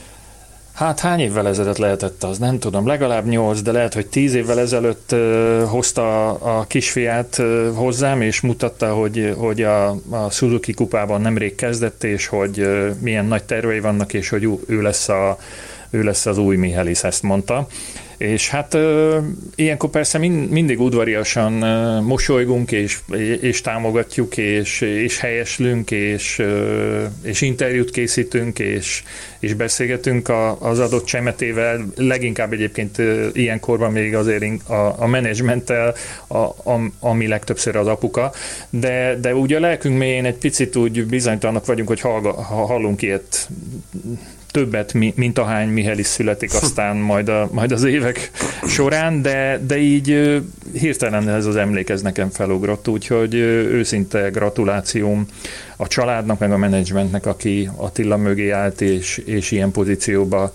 Hát hány évvel ezelőtt lehetett az? Nem tudom, legalább nyolc, de lehet, hogy tíz évvel ezelőtt uh, hozta a kisfiát uh, hozzám, és mutatta, hogy, hogy a, a Suzuki kupában nemrég kezdett, és hogy uh, milyen nagy tervei vannak, és hogy ő lesz, a, ő lesz az új Michaelis, ezt mondta. És hát uh, ilyenkor persze mind, mindig udvariasan uh, mosolygunk, és, és támogatjuk, és, és helyeslünk, és, uh, és interjút készítünk, és, és beszélgetünk a, az adott csemetével, leginkább egyébként uh, ilyenkorban még azért a, a menedzsmenttel, a, a, ami legtöbbször az apuka, de, de úgy a lelkünk mélyén egy picit úgy bizonytalanok vagyunk, hogy hallga, ha hallunk ilyet többet, mint ahány Michaelis születik aztán majd, a, majd az évek során, de, de így hirtelen ez az emlékez nekem felugrott, úgyhogy őszinte gratulációm a családnak, meg a menedzsmentnek, aki Attila mögé állt, és, és ilyen pozícióba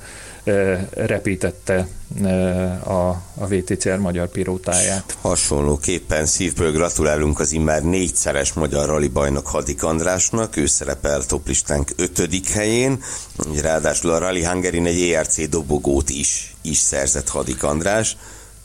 repítette a, a vé té cé er magyar pilótáját. Hasonlóképpen szívből gratulálunk az immár négyszeres magyar rali bajnok Hadik Andrásnak, ő szerepel toplistánk ötödik helyén, ráadásul a Rally Hungarin egy é er cé dobogót is, is szerzett Hadik András.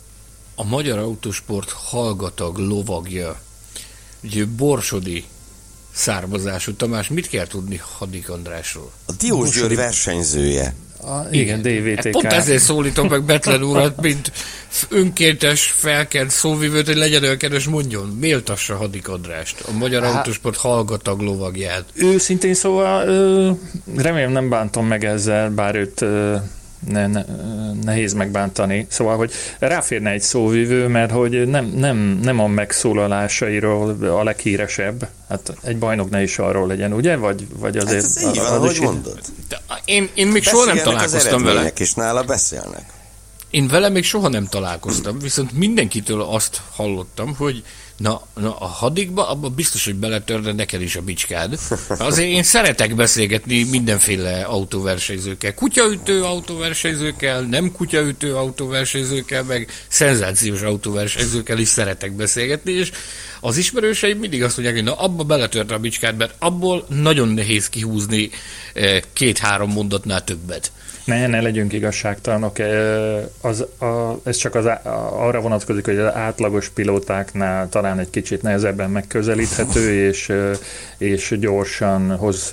A Magyar Autósport hallgatag lovagja, ugye borsodi származású. Tamás, mit kell tudni Hadik Andrásról? A Diós György versenyzője. A, igen, dé vé té ká. Pont ezért szólítom meg Betlen urat, mint önkéntes felkent szóvivőt, hogy legyen olyan kedves, mondjon, méltassa Hadik Andrást, a Magyar Há... Autósport hallgatag lovagját. Őszintén szóval remélem nem bántom meg ezzel, bár őt ne, ne, nehéz megbántani. Szóval, hogy ráférne egy szóvivő, mert hogy nem, nem, nem a megszólalásairól a leghíresebb. Hát egy bajnok ne is arról legyen, ugye? Vagy, vagy azért... Hát ez így van, ahogy mondod. Én, én még soha nem találkoztam vele. És nála beszélnek. Én vele még soha nem találkoztam, viszont mindenkitől azt hallottam, hogy na, na a Hadikba, abban biztos, hogy beletörne neked is a bicskád. Azért én szeretek beszélgetni mindenféle autóversenyzőkkel. Kutyaütő autóversenyzőkkel, nem kutyaütő autóversenyzőkkel, meg szenzációs autóversenyzőkkel is szeretek beszélgetni, és az ismerőseim mindig azt mondják, hogy na abba beletörte a bicskád, mert abból nagyon nehéz kihúzni két-három mondatnál többet. Ne, ne legyünk igazságtalanok, az, a, ez csak az, a, arra vonatkozik, hogy az átlagos pilótáknál talán egy kicsit nehezebben megközelíthető, és, és gyorsan hoz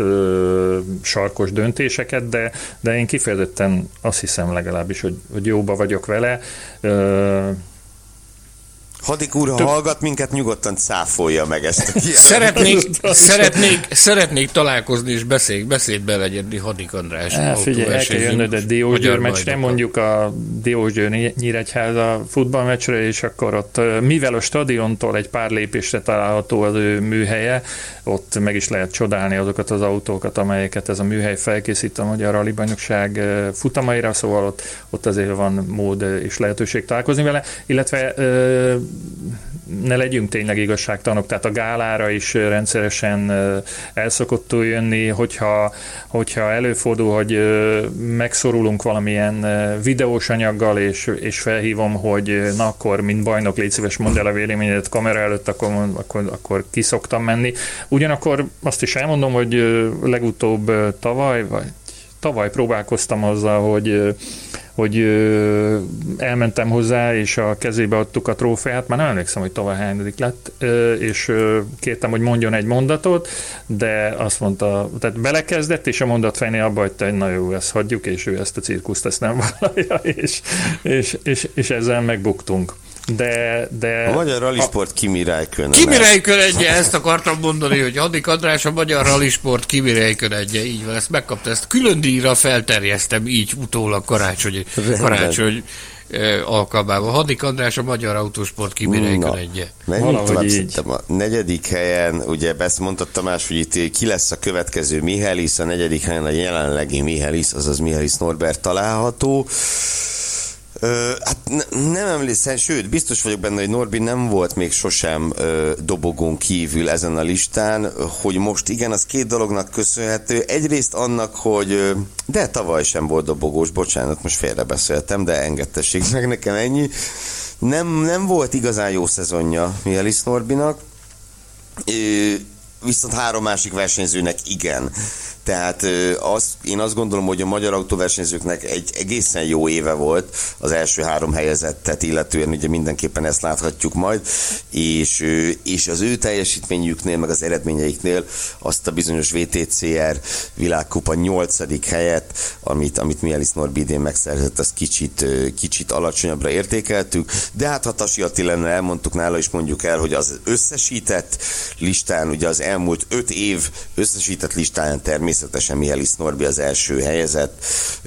sarkos döntéseket, de, de én kifejezetten azt hiszem legalábbis, hogy, hogy jóba vagyok vele. Hadik úr, ha Több... hallgat minket, nyugodtan cáfolja meg ezt a kijelentést. Szeretnék, szeretnék, szeretnék találkozni és beszél, beszédbe legyedni Hadik András. Figyelj, el kell jönnöd a Diósgyőr meccsre, mondjuk a Diósgyőr-Nyíregyháza futballmeccsre, és akkor ott, mivel a stadiontól egy pár lépésre található az ő műhelye, ott meg is lehet csodálni azokat az autókat, amelyeket ez a műhely felkészít a Magyar Rallybajnokság futamaira, szóval ott, ott azért van mód és lehetőség találkozni vele, illetve ne legyünk tényleg igazságtalanok, tehát a gálára is rendszeresen el szokott jönni, hogyha, hogyha előfordul, hogy megszorulunk valamilyen videós anyaggal, és, és felhívom, hogy na akkor, mint bajnok, légy szíves, mondd el a véleményedet kamera előtt, akkor, akkor, akkor ki szoktam menni. Ugyanakkor azt is elmondom, hogy legutóbb tavaly, vagy tavaly próbálkoztam azzal, hogy hogy elmentem hozzá, és a kezébe adtuk a trófeát, már nem emlékszem, hogy tavaly hányadik lett, és kértem, hogy mondjon egy mondatot, de azt mondta, tehát belekezdett, és a mondat fejnél abba hagyta, hogy na jó, ezt hagyjuk, és ő ezt a cirkuszt ezt nem vállalja, és, és, és, és ezzel megbuktunk. De, de a Magyar Rallysport Kimi Räikkönen. Kimi Räikkönenje, ezt akartam mondani, hogy Hadik András a Magyar Rallysport Kimi Räikkönenje, így van, ezt megkapta, ezt külön díjra felterjesztem, így utólag karácsony, karácsony eh, alkalmában. Hadik András a Magyar Autósport Kimi Räikkönenje. Menjünk tovább, szerintem a negyedik helyen, ugye ezt mondta Tamás, hogy itt ki lesz a következő Mihálylis, a negyedik helyen a jelenlegi Mihálylis, azaz Mihálylis Norbert található. Ö, hát ne, nem emlékszem, sőt, biztos vagyok benne, hogy Norbi nem volt még sosem ö, dobogón kívül ezen a listán, hogy most igen, az két dolognak köszönhető. Egyrészt annak, hogy ö, de tavaly sem volt dobogós, bocsánat, most félrebeszéltem, de engedtessék meg nekem ennyi. Nem, nem volt igazán jó szezonja Mihálylis Norbinak, ö, viszont három másik versenyzőnek igen. Tehát az, én azt gondolom, hogy a magyar autóversenyzőknek egy egészen jó éve volt az első három helyezettet, illetően ugye mindenképpen ezt láthatjuk majd, és, és az ő teljesítményüknél, meg az eredményeiknél azt a bizonyos vé té cé er világkupa nyolcadik helyet, amit, amit Mihálylis Norbi idén megszerzett, azt kicsit, kicsit alacsonyabbra értékeltük, de hát ha Tasi Attilánál elmondtuk nála, és mondjuk el, hogy az összesített listán, ugye az elmúlt öt év összesített listáján természetesen Természetesen Mihálylis Norbi az első helyezett,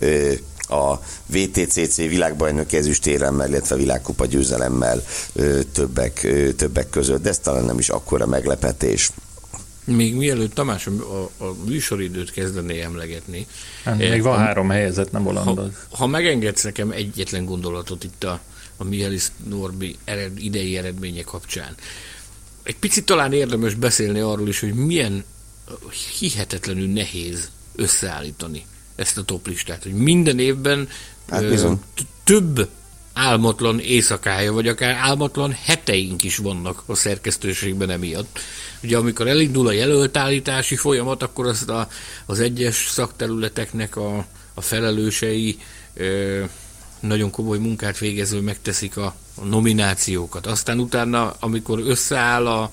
a vé té cé cé világbajnoki ezüstéremmel, illetve világkupa győzelemmel többek, többek között, de ez talán nem is akkora meglepetés. Még mielőtt Tamás a, a műsoridőt kezdené emlegetni. Hát, még eh, van ha, három helyezett, nem bolondod. Ha, ha megengedsz nekem egyetlen gondolatot itt a, a Mihálylis Norbi ered, idei eredménye kapcsán. Egy picit talán érdemes beszélni arról is, hogy milyen hihetetlenül nehéz összeállítani ezt a toplistát, hogy minden évben hát ö, több álmatlan éjszakája, vagy akár álmatlan heteink is vannak a szerkesztőségben emiatt. Ugye amikor elindul a jelöltállítási folyamat, akkor azt a, az egyes szakterületeknek a, a felelősei ö, nagyon komoly munkát végező megteszik a, a nominációkat. Aztán utána, amikor összeáll a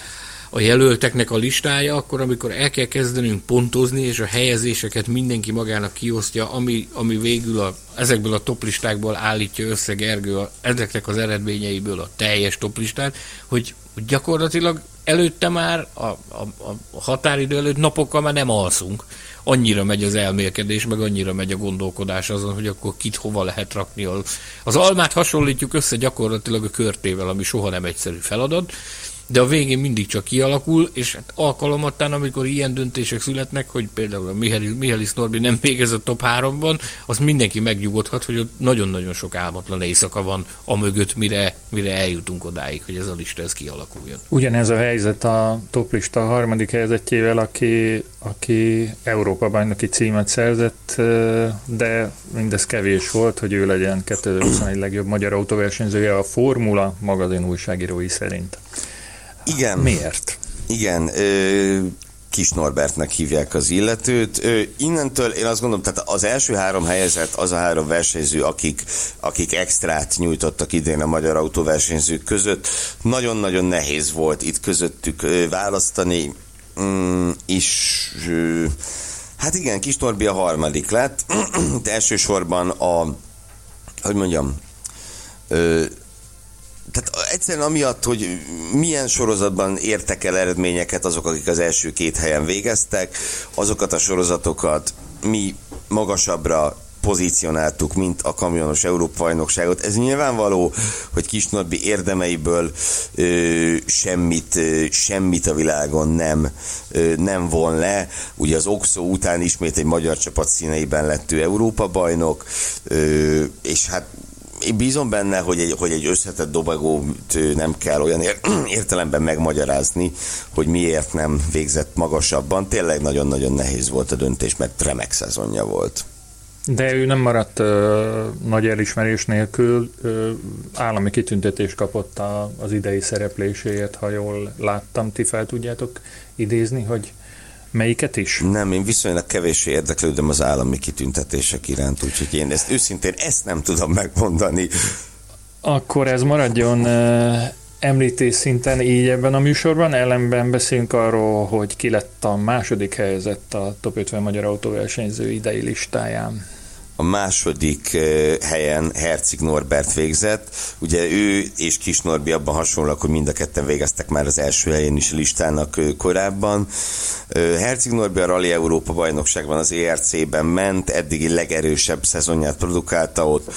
a jelölteknek a listája, akkor amikor el kell kezdenünk pontozni, és a helyezéseket mindenki magának kiosztja, ami, ami végül a, ezekből a toplistákból állítja össze Gergő a, ezeknek az eredményeiből a teljes toplistát, hogy, hogy gyakorlatilag előtte már, a, a, a határidő előtt napokkal már nem alszunk. Annyira megy az elmélkedés, meg annyira megy a gondolkodás azon, hogy akkor kit hova lehet rakni. Az almát hasonlítjuk össze gyakorlatilag a körtével, ami soha nem egyszerű feladat, de a végén mindig csak kialakul, és hát alkalomattán, amikor ilyen döntések születnek, hogy például a Mihálylis Norbi nem végez a top háromban, az mindenki megnyugodhat, hogy ott nagyon-nagyon sok álmatlan éjszaka van amögött, mire, mire eljutunk odáig, hogy ez a lista ez kialakuljon. Ugyanez a helyzet a toplista harmadik helyezettjével, aki, aki Európa-bajnoki címet szerzett, de mindez kevés volt, hogy ő legyen kétezer-huszonegy legjobb magyar autóversenyzője a Formula magazin újságírói szerint. Igen. Miért? Igen, ö, Kis Norbertnek hívják az illetőt. Ö, innentől én azt gondolom, tehát az első három helyezett az a három versenyző, akik, akik extrát nyújtottak idén a magyar autóversenyzők között. Nagyon-nagyon nehéz volt itt közöttük ö, választani, mm, és ö, hát igen, Kis Norbi a harmadik lett, de elsősorban a, hogy mondjam, ö, tehát egyszerűen amiatt, hogy milyen sorozatban értek el eredményeket azok, akik az első két helyen végeztek, azokat a sorozatokat mi magasabbra pozícionáltuk, mint a kamionos Európa-bajnokságot. Ez nyilvánvaló, hogy Kis Norbi érdemeiből ö, semmit, ö, semmit a világon nem, ö, nem von le. Ugye az Oxo után ismét egy magyar csapat színeiben lett ő Európa-bajnok, ö, és hát én bízom benne, hogy egy, hogy egy összetett dobogót nem kell olyan értelemben megmagyarázni, hogy miért nem végzett magasabban. Tényleg nagyon-nagyon nehéz volt a döntés, mert remek szezonja volt. De ő nem maradt ö, nagy elismerés nélkül, ö, állami kitüntetést kapott a, az idei szerepléséért, ha jól láttam. Ti fel tudjátok idézni, hogy melyiket is? Nem, én viszonylag kevéssé érdeklődöm az állami kitüntetések iránt, úgyhogy én ezt őszintén ezt nem tudom megmondani. Akkor ez maradjon uh, említés szinten így ebben a műsorban, ellenben beszélünk arról, hogy ki lett a második helyezett a top ötven magyar autóversenyző idei listáján. A második helyen Herzig Norbert végzett. Ugye ő és Kis Norbi abban hasonlóak, hogy mind a ketten végeztek már az első helyén is a listának korábban. Herzig Norbi a Rally Európa bajnokságban az é er cé-ben ment, eddigi legerősebb szezonját produkálta ott.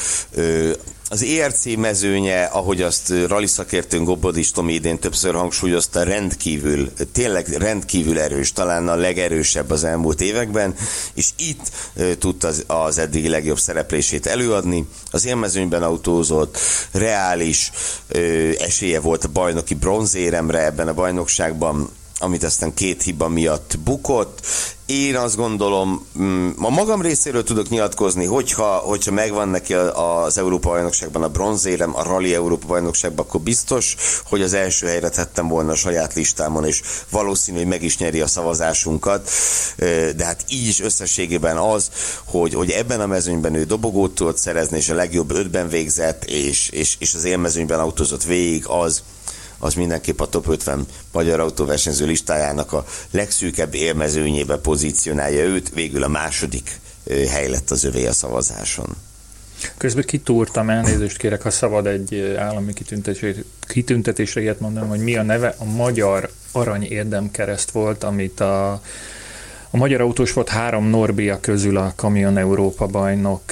Az é er cé mezőnye, ahogy azt rally szakértőnk Gobodis Tomi idén többször hangsúlyozta, rendkívül, tényleg rendkívül erős, talán a legerősebb az elmúlt években, és itt e, tudta az, az eddigi legjobb szereplését előadni. Az élmezőnyben autózott, reális e, esélye volt a bajnoki bronzéremre ebben a bajnokságban, amit aztán két hiba miatt bukott. Én azt gondolom, a magam részéről tudok nyilatkozni, hogyha, hogyha megvan neki az Európa-bajnokságban a bronzérem, a Rally Európa-bajnokságban, akkor biztos, hogy az első helyre tettem volna a saját listámon, és valószínű, hogy meg is nyeri a szavazásunkat. De hát így is összességében az, hogy, hogy ebben a mezőnyben ő dobogót tudott szerezni, és a legjobb ötben végzett, és, és, és az élmezőnyben autózott végig, az az mindenképp a top ötven magyar autóversenyző listájának a legszűkebb élmezőnyébe pozícionálja őt, végül a második hely lett az övé a szavazáson. Közben kitúrtam, elnézést kérek, ha szabad egy állami kitüntetésre ilyet mondanom, hogy mi a neve, a Magyar Arany Érdemkereszt volt, amit a, a Magyar Autósport három Norbia közül a Kamion Európa bajnok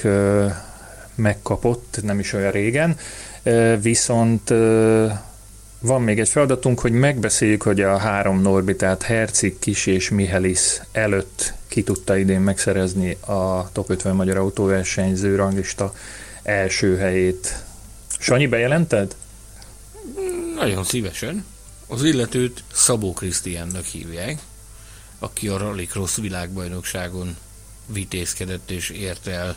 megkapott, nem is olyan régen, viszont van még egy feladatunk, hogy megbeszéljük, hogy a három Norbi, tehát Herzig, Kis és Michelis előtt ki tudta idén megszerezni a top ötven magyar autóversenyző ranglista első helyét. Sanyi, bejelented? Nagyon szívesen. Az illetőt Szabó Krisztiánnak hívják, aki a Rallycross világbajnokságon vitézkedett és ért el.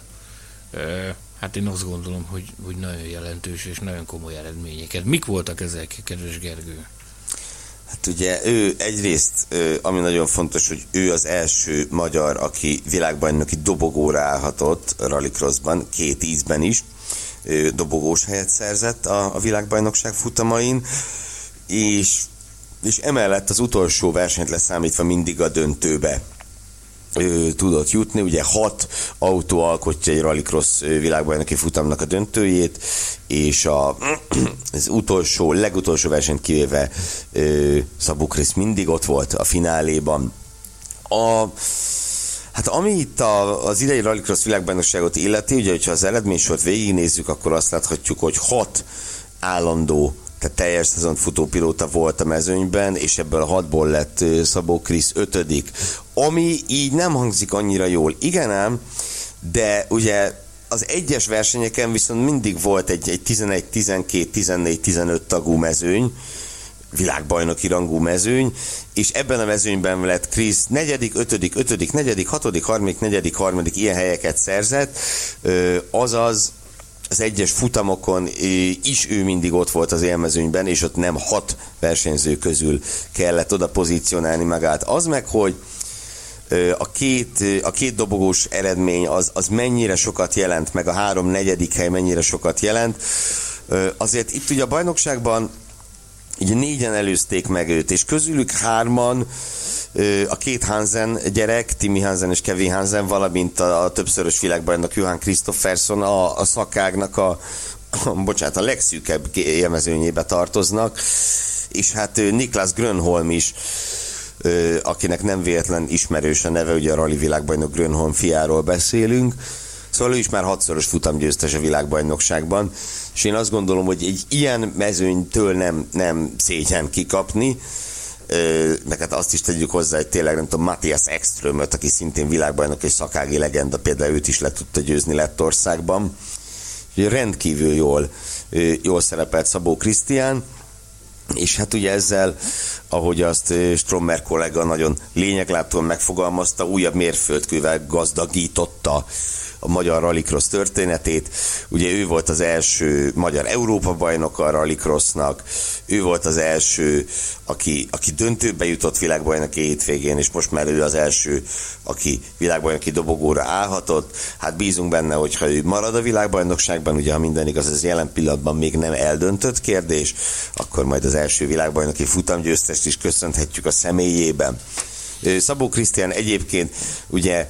Hát én azt gondolom, hogy, hogy nagyon jelentős és nagyon komoly eredményeket. Mik voltak ezek, kedves Gergő? Hát ugye ő egyrészt, ami nagyon fontos, hogy ő az első magyar, aki világbajnoki dobogóra állhatott Rallycrossban, két ízben is. Dobogós helyet szerzett a, a világbajnokság futamain, és, és emellett az utolsó versenyt leszámítva mindig a döntőbe Ő, tudott jutni, ugye hat autó alkotja egy Rallycross világbajnoki futamnak a döntőjét, és a, az utolsó, legutolsó versenyt kivéve Szabó Krisz mindig ott volt a fináléban. A, hát ami itt a, az idei Rallycross világbajnokságot illeti, ugye, hogyha az eredménysort végignézzük, akkor azt láthatjuk, hogy hat állandó, tehát teljes szezont futó pilóta volt a mezőnyben, és ebből a hatból lett Szabó Krisz ötödik. Ami így nem hangzik annyira jól. Igen ám, de ugye az egyes versenyeken viszont mindig volt egy, egy tizenegy, tizenkét, tizennégy, tizenöt tagú mezőny, világbajnoki rangú mezőny, és ebben a mezőnyben lett Krisz negyedik, ötödik, ötödik, negyedik, hatodik, harmadik, negyedik, harmadik ilyen helyeket szerzett, azaz az egyes futamokon is ő mindig ott volt az élmezőnyben, és ott nem hat versenyző közül kellett oda pozícionálni magát. Az meg, hogy a két, a két dobogós eredmény az, az mennyire sokat jelent, meg a három negyedik hely mennyire sokat jelent. Azért itt ugye a bajnokságban ugye négyen előzték meg őt, és közülük hárman a két Hansen gyerek, Timi Hansen és Kevin Hansen, valamint a, a többszörös világbajnok Johan Kristoffersson a, a szakágnak a, bocsánat, a legszűkebb élmezőnyébe tartoznak, és hát Niklas Grönholm is, akinek nem véletlen ismerős a neve, ugye a rali világbajnok Grönholm fiáról beszélünk, szóval ő is már hatszoros futamgyőztes a világbajnokságban, és én azt gondolom, hogy egy ilyen mezőnytől nem, nem szégyen kikapni, meg hát azt is tegyük hozzá, hogy tényleg nem tudom, Matthias Ekströmöt, aki szintén világbajnok és szakági legenda, például őt is le tudta győzni Lettországban. Rendkívül jól, jól szerepelt Szabó Krisztián, és hát ugye ezzel, ahogy azt Strommer kollega nagyon lényeglátóan megfogalmazta, újabb mérföldkővel gazdagította a magyar rallycross történetét. Ugye ő volt az első magyar Európa-bajnok a rallycrossnak, ő volt az első, aki, aki döntőbe jutott világbajnoki hétvégén, és most már ő az első, aki világbajnoki dobogóra állhatott. Hát bízunk benne, hogyha ő marad a világbajnokságban, ugye ha minden igaz, ez jelen pillanatban még nem eldöntött kérdés, akkor majd az első világbajnoki futamgyőztest is köszönhetjük a személyében. Szabó Krisztián egyébként ugye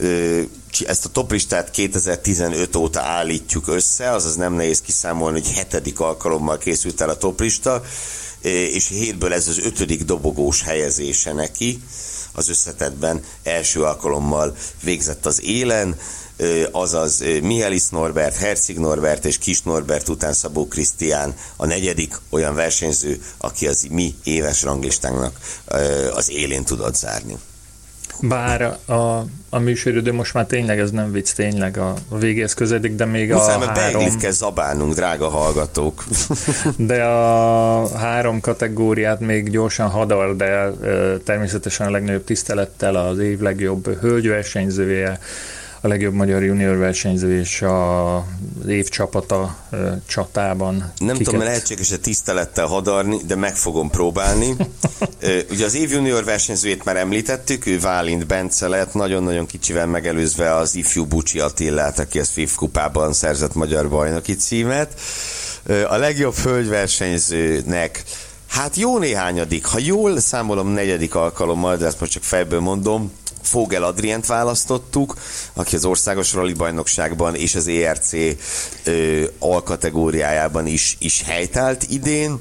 ezt a toplistát kétezer-tizenöt óta állítjuk össze, azaz nem nehéz kiszámolni, hogy hetedik alkalommal készült el a toplista, és hétből ez az ötödik dobogós helyezése neki, az összetettben első alkalommal végzett az élen, azaz Mihális Norbert, Herzig Norbert és Kis Norbert után Szabó Krisztián a negyedik olyan versenyző, aki az mi éves ranglistánknak az élén tudott zárni. Bár a, a műsoridő most már tényleg, ez nem vicc, tényleg a, a végéhez közeledik, de még Muszáj, a mert három... beiglit kell zabálnunk, drága hallgatók. De a három kategóriát még gyorsan hadard el, természetesen a legnagyobb tisztelettel az év legjobb hölgyversenyzője, a legjobb magyar junior versenyző és a, az év csapata ö, csatában. Nem kiket... tudom, lehetséges a tisztelettel hadarni, de meg fogom próbálni. Ugye az év junior versenyzőjét már említettük, ő Válint Bence lett, nagyon-nagyon kicsivel megelőzve az ifjú Bucsi Attillát, aki az F I F kupában szerzett magyar bajnoki címet. A legjobb hölgyversenyzőnek hát jó néhányadik, ha jól számolom, negyedik alkalommal, de ezt most csak fejből mondom, Fogel Adrient választottuk, aki az országos rally bajnokságban és az é er cé ö, alkategóriájában is, is helytált idén.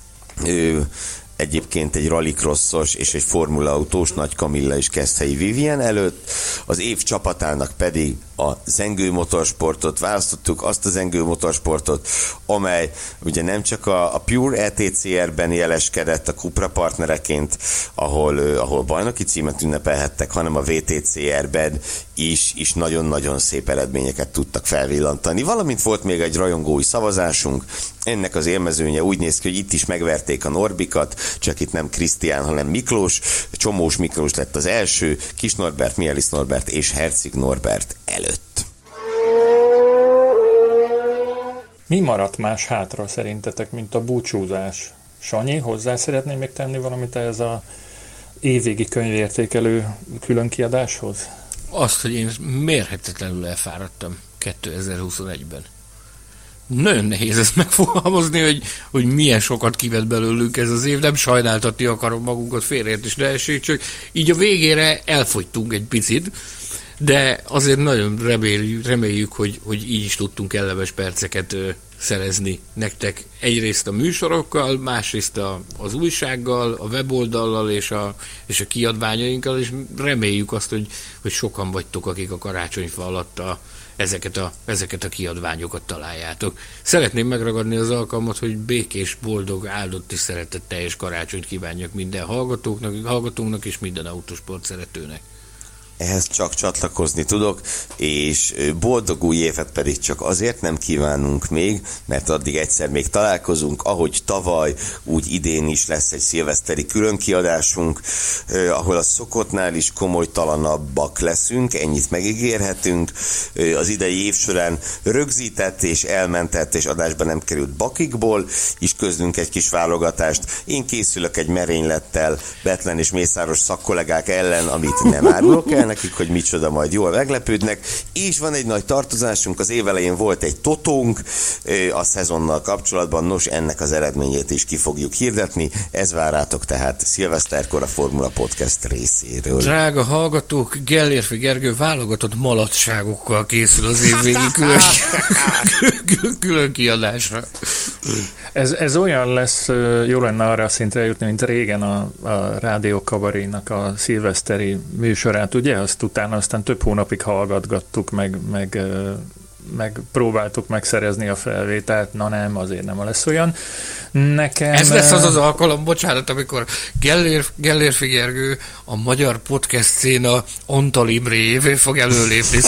Ö, egyébként egy rallycrossos és egy formula autós, Nagy Kamilla és Keszthelyi Vivien előtt. Az év csapatának pedig a Zengő Motorsportot választottuk, azt a Zengő Motorsportot, amely ugye nem csak a, a Pure é té cé er-ben jeleskedett a Cupra partnereként, ahol, ahol bajnoki címet ünnepelhettek, hanem a vé té cé er-ben is, is nagyon-nagyon szép eredményeket tudtak felvillantani. Valamint volt még egy rajongói szavazásunk, ennek az élmezőnye úgy néz ki, hogy itt is megverték a Norbikat, csak itt nem Krisztián, hanem Miklós. Csomós Miklós lett az első, Kis Norbert, Mihális Norbert és Herzig Norbert előtt. Mi maradt más hátra szerintetek, mint a búcsúzás? Sanyi, hozzá szeretném még tenni valamit ehhez a évvégi könyvértékelő különkiadáshoz? Azt, hogy én mérhetetlenül elfáradtam kétezer-huszonegyben. Nagyon nehéz ezt megfogalmazni, hogy, hogy milyen sokat kivett belőlünk ez az év. Nem sajnáltatni akarom magunkat, félreértés ne essék, csak így a végére elfogytunk egy picit, de azért nagyon reméljük, reméljük hogy, hogy így is tudtunk kellemes perceket ö, szerezni nektek. Egyrészt a műsorokkal, másrészt a, az újsággal, a weboldallal és a, és a kiadványainkkal, és reméljük azt, hogy, hogy sokan vagytok, akik a karácsonyfa alatt a Ezeket a, ezeket a kiadványokat találjátok. Szeretném megragadni az alkalmat, hogy békés, boldog, áldott és szeretetteljes karácsonyt kívánjak minden hallgatóknak, hallgatónknak és minden autósport szeretőnek. Ehhez csak csatlakozni tudok, és boldog új évet pedig csak azért nem kívánunk még, mert addig egyszer még találkozunk, ahogy tavaly, úgy idén is lesz egy szilveszteri különkiadásunk, eh, ahol a szokottnál is komolytalanabbak leszünk, ennyit megígérhetünk. Eh, az idei év során rögzített és elmentett és adásban nem került bakikból is közlünk egy kis válogatást. Én készülök egy merénylettel Betlen és Mészáros szakkollégák ellen, amit nem árulok el nekik, hogy micsoda, majd jól meglepődnek, és van egy nagy tartozásunk, az év elején volt egy totónk a szezonnal kapcsolatban, nos, ennek az eredményét is ki fogjuk hirdetni, ez vár rátok tehát szilveszterkor a Formula Podcast részéről. Drága hallgatók, Gellérfi Gergő válogatott malacságokkal készül az évvégi külön külön kiadásra. Ez, ez olyan lesz, jó lenne arra a szintre jutni, mint régen a, a Rádió Kabarénak a szilveszteri műsorát, ugye? Azt utána aztán több hónapig hallgatgattuk, meg, meg, meg próbáltuk megszerezni a felvételt, na nem, azért nem lesz olyan. Nekem... Ez lesz az az alkalom, bocsánat, amikor Gellér, Gellérfi Gergő, a magyar podcast széna Antal Imréjévé fog előlépni.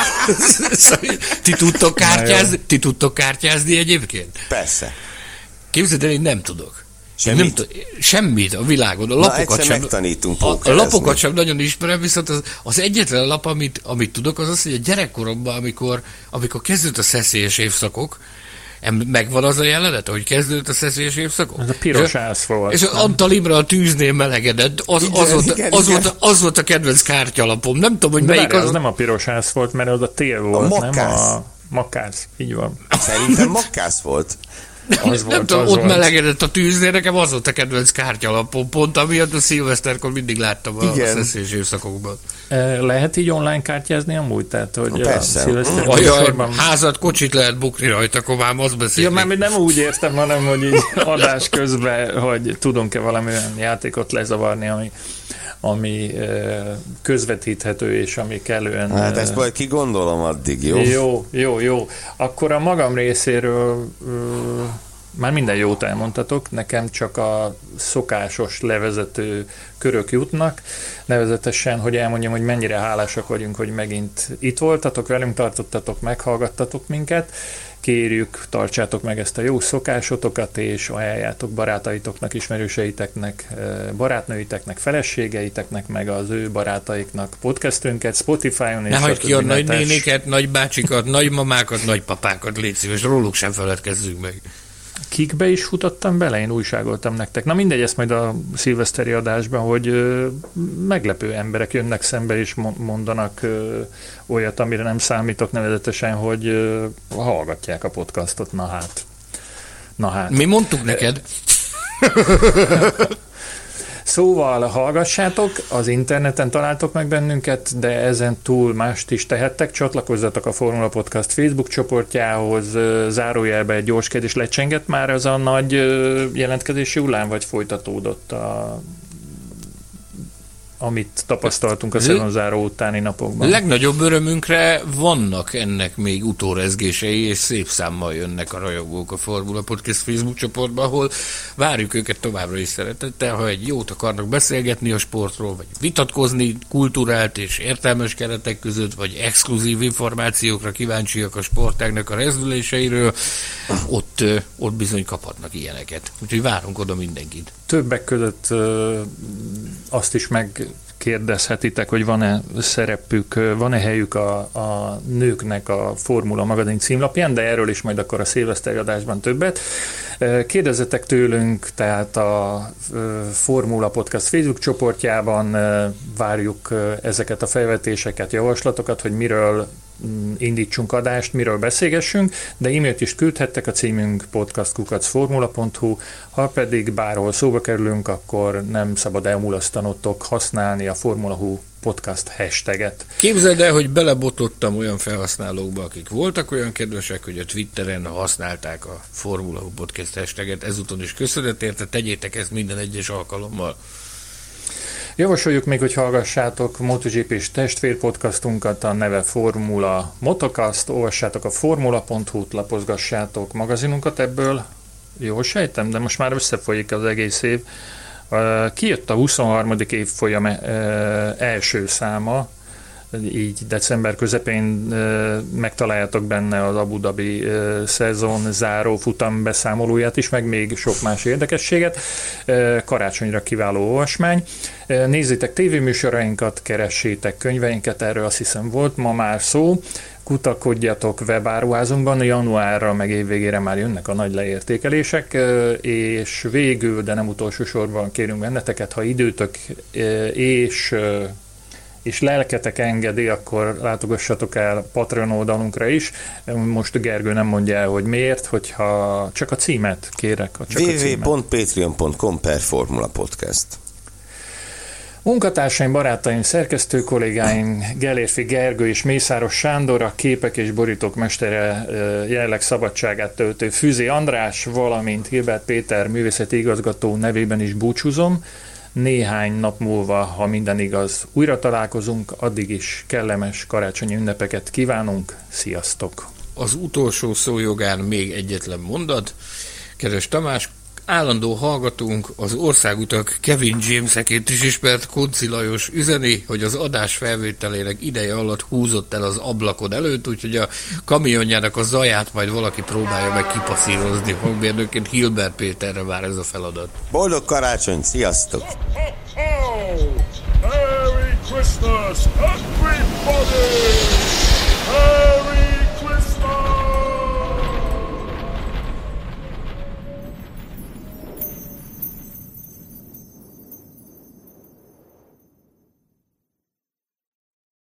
ti, tudtok kártyázni, ti tudtok kártyázni egyébként? Persze. Képzeld el, én nem tudok. Semmit? Nem t- semmit a világon. A Na, lapokat sem, megtanítunk a, a lapokat sem nagyon ismerem, viszont az, az egyetlen lap, amit, amit tudok, az az, hogy a gyerekkoromban, amikor, amikor kezdődött a szeszélyes évszakok, megvan az a jelenet, hogy kezdődött a szeszélyes évszakok? Ez a piros ász volt. És Antal Imre a tűznél melegedett, az, igen, az, volt, igen, az, igen. Volt, az volt a kedvenc kártyalapom. Nem tudom, hogy de melyik az. az. nem a piros ász volt, mert az a tél volt, a nem a makkász. Így van. Szerintem makkász volt. Az nem volt, tudom, az ott volt. melegedett a tűznél, nekem az volt a kedvenc kártyalapom, pont amiatt a szilveszterkor mindig láttam a, a szeszélyes évszakokban. Lehet így online kártyázni amúgy? Tehát, hogy persze. A szilveszteri Ajaj, műsorban... házat, kocsit lehet bukni rajta, akkor már azt beszélni. Ja, már nem úgy értem, hanem, hogy így adás közben, hogy tudunk-e valami olyan játékot lezavarni, ami, ami közvetíthető, és ami kellően... Hát ezt majd kigondolom addig, jó? Jó, jó, jó. Akkor a magam részéről már minden jót elmondtatok, nekem csak a szokásos levezető körök jutnak, nevezetesen, hogy elmondjam, hogy mennyire hálásak vagyunk, hogy megint itt voltatok, velünk tartottatok, meghallgattatok minket. Kérjük, tartsátok meg ezt a jó szokásotokat, és ajánljátok barátaitoknak, ismerőseiteknek, barátnőiteknek, feleségeiteknek, meg az ő barátaiknak podcastünket, Spotify-on és ne hagyd ki a nagynéniket, nagynéniket, nagybácsikat, nagymamákat, nagypapákat, légy szíves, róluk sem feledkezzünk meg. Kikbe is futottam bele, én újságoltam nektek. Na mindegy, ezt majd a szilveszteri adásban, hogy ö, meglepő emberek jönnek szembe és mondanak ö, olyat, amire nem számítok, nevezetesen, hogy ö, hallgatják a podcastot. Na hát. Na hát. Mi mondtuk neked? Szóval hallgassátok, az interneten találtok meg bennünket, de ezen túl mást is tehettek. Csatlakozzatok a Formula Podcast Facebook csoportjához, zárójelbe egy gyors kérdés, lecsengett már az a nagy jelentkezési hullám, vagy folytatódott a amit tapasztaltunk a szezonzáró utáni napokban. Legnagyobb örömünkre vannak ennek még utórezgései, és szép számmal jönnek a rajongók a Formula Podcast Facebook csoportba, ahol várjuk őket továbbra is szeretettel, ha egy jót akarnak beszélgetni a sportról, vagy vitatkozni kulturált és értelmes keretek között, vagy exkluzív információkra kíváncsiak a sportágnak a rezdüléseiről, ott, ott bizony kaphatnak ilyeneket. Úgyhogy várunk oda mindenkit. Többek között ö, azt is megkérdezhetitek, hogy van-e szerepük, van-e helyük a, a nőknek a Formula magazin címlapján, de erről is majd akkor a szilveszteri adásban többet. Kérdezzetek tőlünk, tehát a Formula Podcast Facebook csoportjában várjuk ezeket a felvetéseket, javaslatokat, hogy miről indítsunk adást, miről beszélgessünk, de e-mailt is küldhettek, a címünk podcast kukac formula pont hu, ha pedig bárhol szóba kerülünk, akkor nem szabad elmulasztanotok használni a Formula Hu podcast hashtaget. Képzeld el, hogy belebotlottam olyan felhasználókba, akik voltak olyan kedvesek, hogy a Twitteren használták a Formula Hu podcast hashtaget, ezúton is köszönet érte, tegyétek ezt minden egyes alkalommal. Javasoljuk még, hogy hallgassátok MotoGP-s testvérpodcastunkat, a neve Formula Motocast, olvassátok a formula pont hu-t, lapozgassátok magazinunkat ebből. Jól sejtem, de most már összefolyik az egész év. Kijött a huszonharmadik évfolyam első száma, így december közepén megtaláljátok benne az Abu Dhabi szezon záró futam beszámolóját is, meg még sok más érdekességet. Karácsonyra kiváló olvasmány. Nézzétek tévéműsorainkat, keressétek könyveinket, erről azt hiszem volt ma már szó. Kutakodjatok webáruházunkban, januárra meg évvégére már jönnek a nagy leértékelések, és végül, de nem utolsó sorban kérünk benneteket, ha időtök és és lelketek engedi, akkor látogassatok el Patreon oldalunkra is. Most Gergő nem mondja el, hogy miért, hogyha csak a címet kérek. w w w pont patreon pont com per Formula Podcast. Munkatársaim, barátaim, szerkesztő kollégáim, Gellérfi Gergő és Mészáros Sándor, a képek és borítók mestere, jelenleg szabadságát töltő Füzi András, valamint Hilbert Péter művészeti igazgató nevében is búcsúzom. Néhány nap múlva, ha minden igaz, újra találkozunk, addig is kellemes karácsonyi ünnepeket kívánunk. Sziasztok! Az utolsó szó jogán még egyetlen mondat. Kedves Tamás, állandó hallgatónk, az országutak Kevin Jameseként is ismert Konci Lajos üzeni, hogy az adás felvételének ideje alatt húzott el az ablakod előtt, úgyhogy a kamionjának a zaját majd valaki próbálja meg kipasszírozni. Hangmérnökként Hilbert Péterre vár ez a feladat. Boldog karácsony, sziasztok! Merry Christmas, everybody!